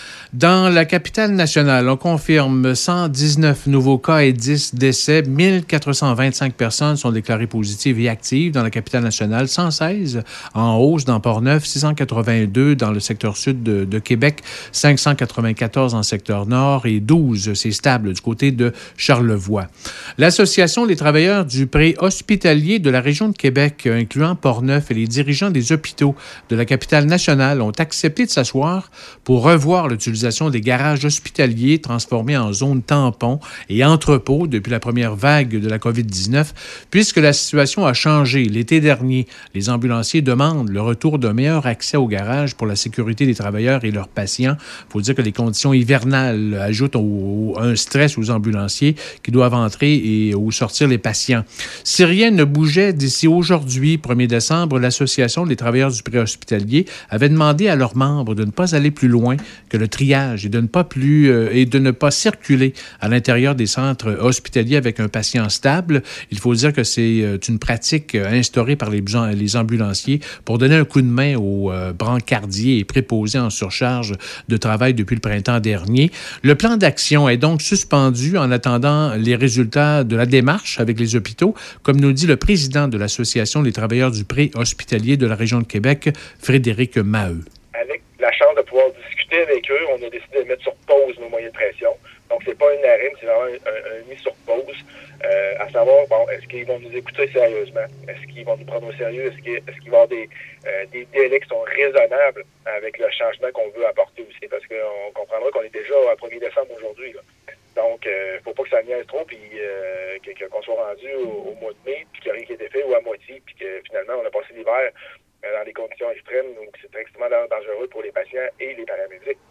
S6: Dans la capitale nationale, on confirme cent dix-neuf nouveaux cas et dix décès. mille quatre cent vingt-cinq personnes sont déclarées positives et actives dans la capitale nationale. cent seize en hausse dans Portneuf, six cent quatre-vingt-deux dans le secteur sud de, de Québec, cinq cent quatre-vingt-quatorze en secteur nord et douze, c'est stable, du côté de Charlevoix. L'Association des travailleurs du pré-hospitalier de la région de Québec, incluant Portneuf et les dirigeants des hôpitaux de la capitale nationale, ont accepté de s'asseoir pour revoir l'utilisation des garages hospitaliers transformés en zones tampons et entrepôts depuis la première vague de la covid dix-neuf, puisque la situation a changé. L'été dernier, les ambulanciers demandent le retour d'un meilleur accès aux garages pour la sécurité des travailleurs et leurs patients. Il faut dire que les conditions hivernales ajoutent au, au, un stress aux ambulanciers qui doivent entrer et ou sortir les patients. Si rien ne bougeait d'ici aujourd'hui, premier décembre, l'Association des travailleurs du préhospitalier avait demandé à leurs membres de ne pas aller plus loin que le triage et de ne pas plus euh, et de ne pas circuler à l'intérieur des centres hospitaliers avec un patient stable. Il faut dire que c'est euh, une pratique euh, instaurée par les, les ambulanciers pour donner un coup de main aux euh, brancardiers et préposés en surcharge de travail depuis le printemps dernier. Le plan d'action est donc suspendu en attendant les résultats de la démarche avec les hôpitaux, comme nous dit le président de l'Association des travailleurs du pré-hospitalier de la région de Québec, Frédéric Maheu.
S10: Avec la chance de pouvoir discuter avec eux, on a décidé de mettre sur pause nos moyens de pression. Donc, c'est pas une arrêt, c'est vraiment un, un, un mis sur pause. Euh, à savoir, bon, est-ce qu'ils vont nous écouter sérieusement? Est-ce qu'ils vont nous prendre au sérieux? Est-ce qu'il, est-ce qu'il va y avoir des, euh, des délais qui sont raisonnables avec le changement qu'on veut apporter aussi? Parce qu'on comprendra qu'on est déjà au premier décembre aujourd'hui, là. Donc, il euh, ne faut pas que ça niaise trop, puis euh, que, qu'on soit rendu au, au mois de mai, puis qu'il n'y a rien qui a été fait, ou à moitié, puis que finalement, on a passé l'hiver dans des conditions extrêmes, donc c'est extrêmement dangereux pour les patients et les paramédics.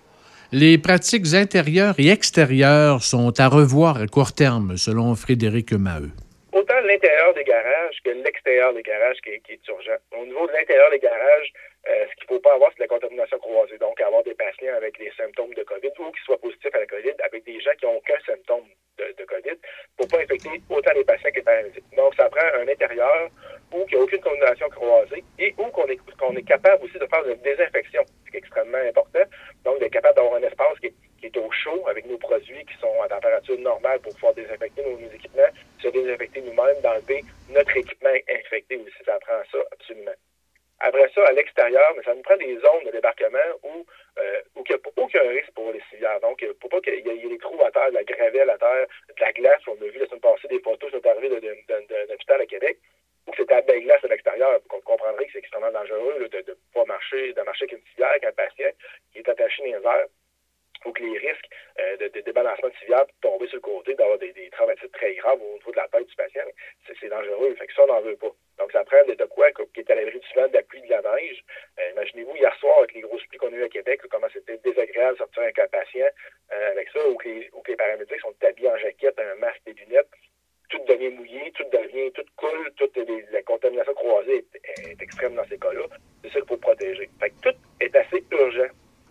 S6: Les pratiques intérieures et extérieures sont à revoir à court terme, selon Frédéric Maheu.
S10: Autant l'intérieur des garages que l'extérieur des garages qui est, qui est urgent. Au niveau de l'intérieur des garages, euh, ce qu'il ne faut pas avoir, c'est la contamination croisée. Donc, avoir des patients avec des symptômes de COVID ou qui soient positifs à la COVID avec des gens qui n'ont aucun symptôme de, de COVID pour ne pas infecter autant les patients que les paramédics. Donc, ça prend un intérieur où il n'y a aucune contamination croisée et où qu'on est, qu'on est capable aussi de faire une désinfection. C'est extrêmement important. Donc, d'être capable d'avoir un espace qui est, qui est au chaud avec nos produits qui sont à température normale pour pouvoir désinfecter nos, nos équipements, se désinfecter nous-mêmes, d'enlever notre équipement infecté aussi. Ça prend ça absolument. Après ça, à l'extérieur, mais ça nous prend des zones de débarquement où, euh, où il n'y a aucun risque pour les civières. Donc, pour pas qu'il y ait des trous à terre, de la gravelle à terre, de la glace. On a vu la semaine passée des photos qui sont arrivées d'un hôpital à Québec où c'était à belle glace à l'extérieur. Vous comprendrez que c'est extrêmement dangereux là, de ne pas marcher, de marcher avec une civière, avec un patient qui est attaché dans les airs. Ou que les risques euh, de, de débalancement de civière, de tomber sur le côté, d'avoir des, des traumatismes très graves au niveau de la tête du patient, c'est dangereux. Fait que ça, on n'en veut pas. Donc, ça prend de, de quoi qui est à l'abri du vent, de la pluie, de la neige. Euh, Imaginez-vous, hier soir, avec les grosses pluies qu'on a eues à Québec, là, comment c'était désagréable de sortir avec un patient euh, avec ça, ou que, les, ou que les paramédics sont habillés en jaquette, un masque, des lunettes. Tout devient mouillé, tout devient, tout coule, toute les, la contamination croisée est, est extrême dans ces cas-là. C'est ça qu'il faut protéger. Fait que tout est assez urgent.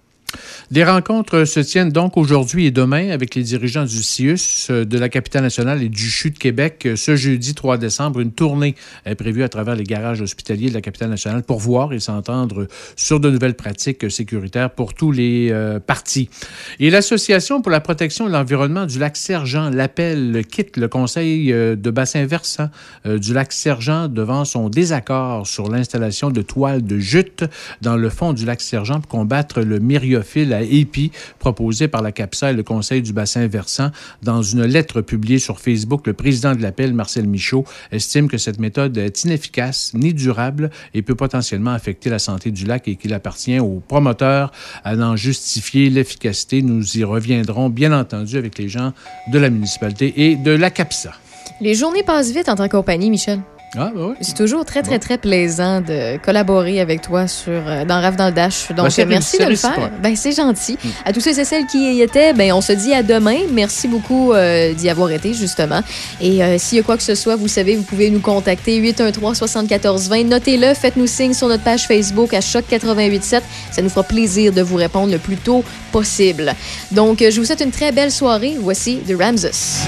S6: Des rencontres se tiennent donc aujourd'hui et demain avec les dirigeants du C I U S, de la capitale nationale et du C H U de Québec. Ce jeudi trois décembre, une tournée est prévue à travers les garages hospitaliers de la capitale nationale pour voir et s'entendre sur de nouvelles pratiques sécuritaires pour tous les euh, partis. Et l'Association pour la protection de l'environnement du Lac-Sergent, l'APEL, quitte le conseil de bassin versant euh, du Lac-Sergent devant son désaccord sur l'installation de toiles de jute dans le fond du Lac-Sergent pour combattre le myriophile à épi proposé par la CAPSA et le Conseil du bassin versant. Dans une lettre publiée sur Facebook, le président de l'APEL, Marcel Michaud, estime que cette méthode est inefficace ni durable et peut potentiellement affecter la santé du lac et qu'il appartient aux promoteurs à en justifier l'efficacité. Nous y reviendrons, bien entendu, avec les gens de la municipalité et de la CAPSA.
S5: Les journées passent vite en tant que compagnie, Michel.
S6: Ah, ben oui.
S5: C'est toujours très, très, très plaisant de collaborer avec toi sur, euh, dans Raf dans le Dash. Donc,
S6: ben,
S5: merci de le faire. Ben, c'est gentil. Mm. À tous ceux et celles qui y étaient, ben, on se dit à demain. Merci beaucoup euh, d'y avoir été, justement. Et euh, s'il y a quoi que ce soit, vous savez, vous pouvez nous contacter huit un trois, sept quatre deux zéro. Notez-le, faites-nous signe sur notre page Facebook à Choc quatre-vingt-huit sept. Ça nous fera plaisir de vous répondre le plus tôt possible. Donc, je vous souhaite une très belle soirée. Voici The Ramses.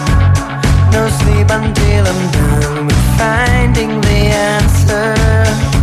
S11: No sleep until I'm done with finding the answer.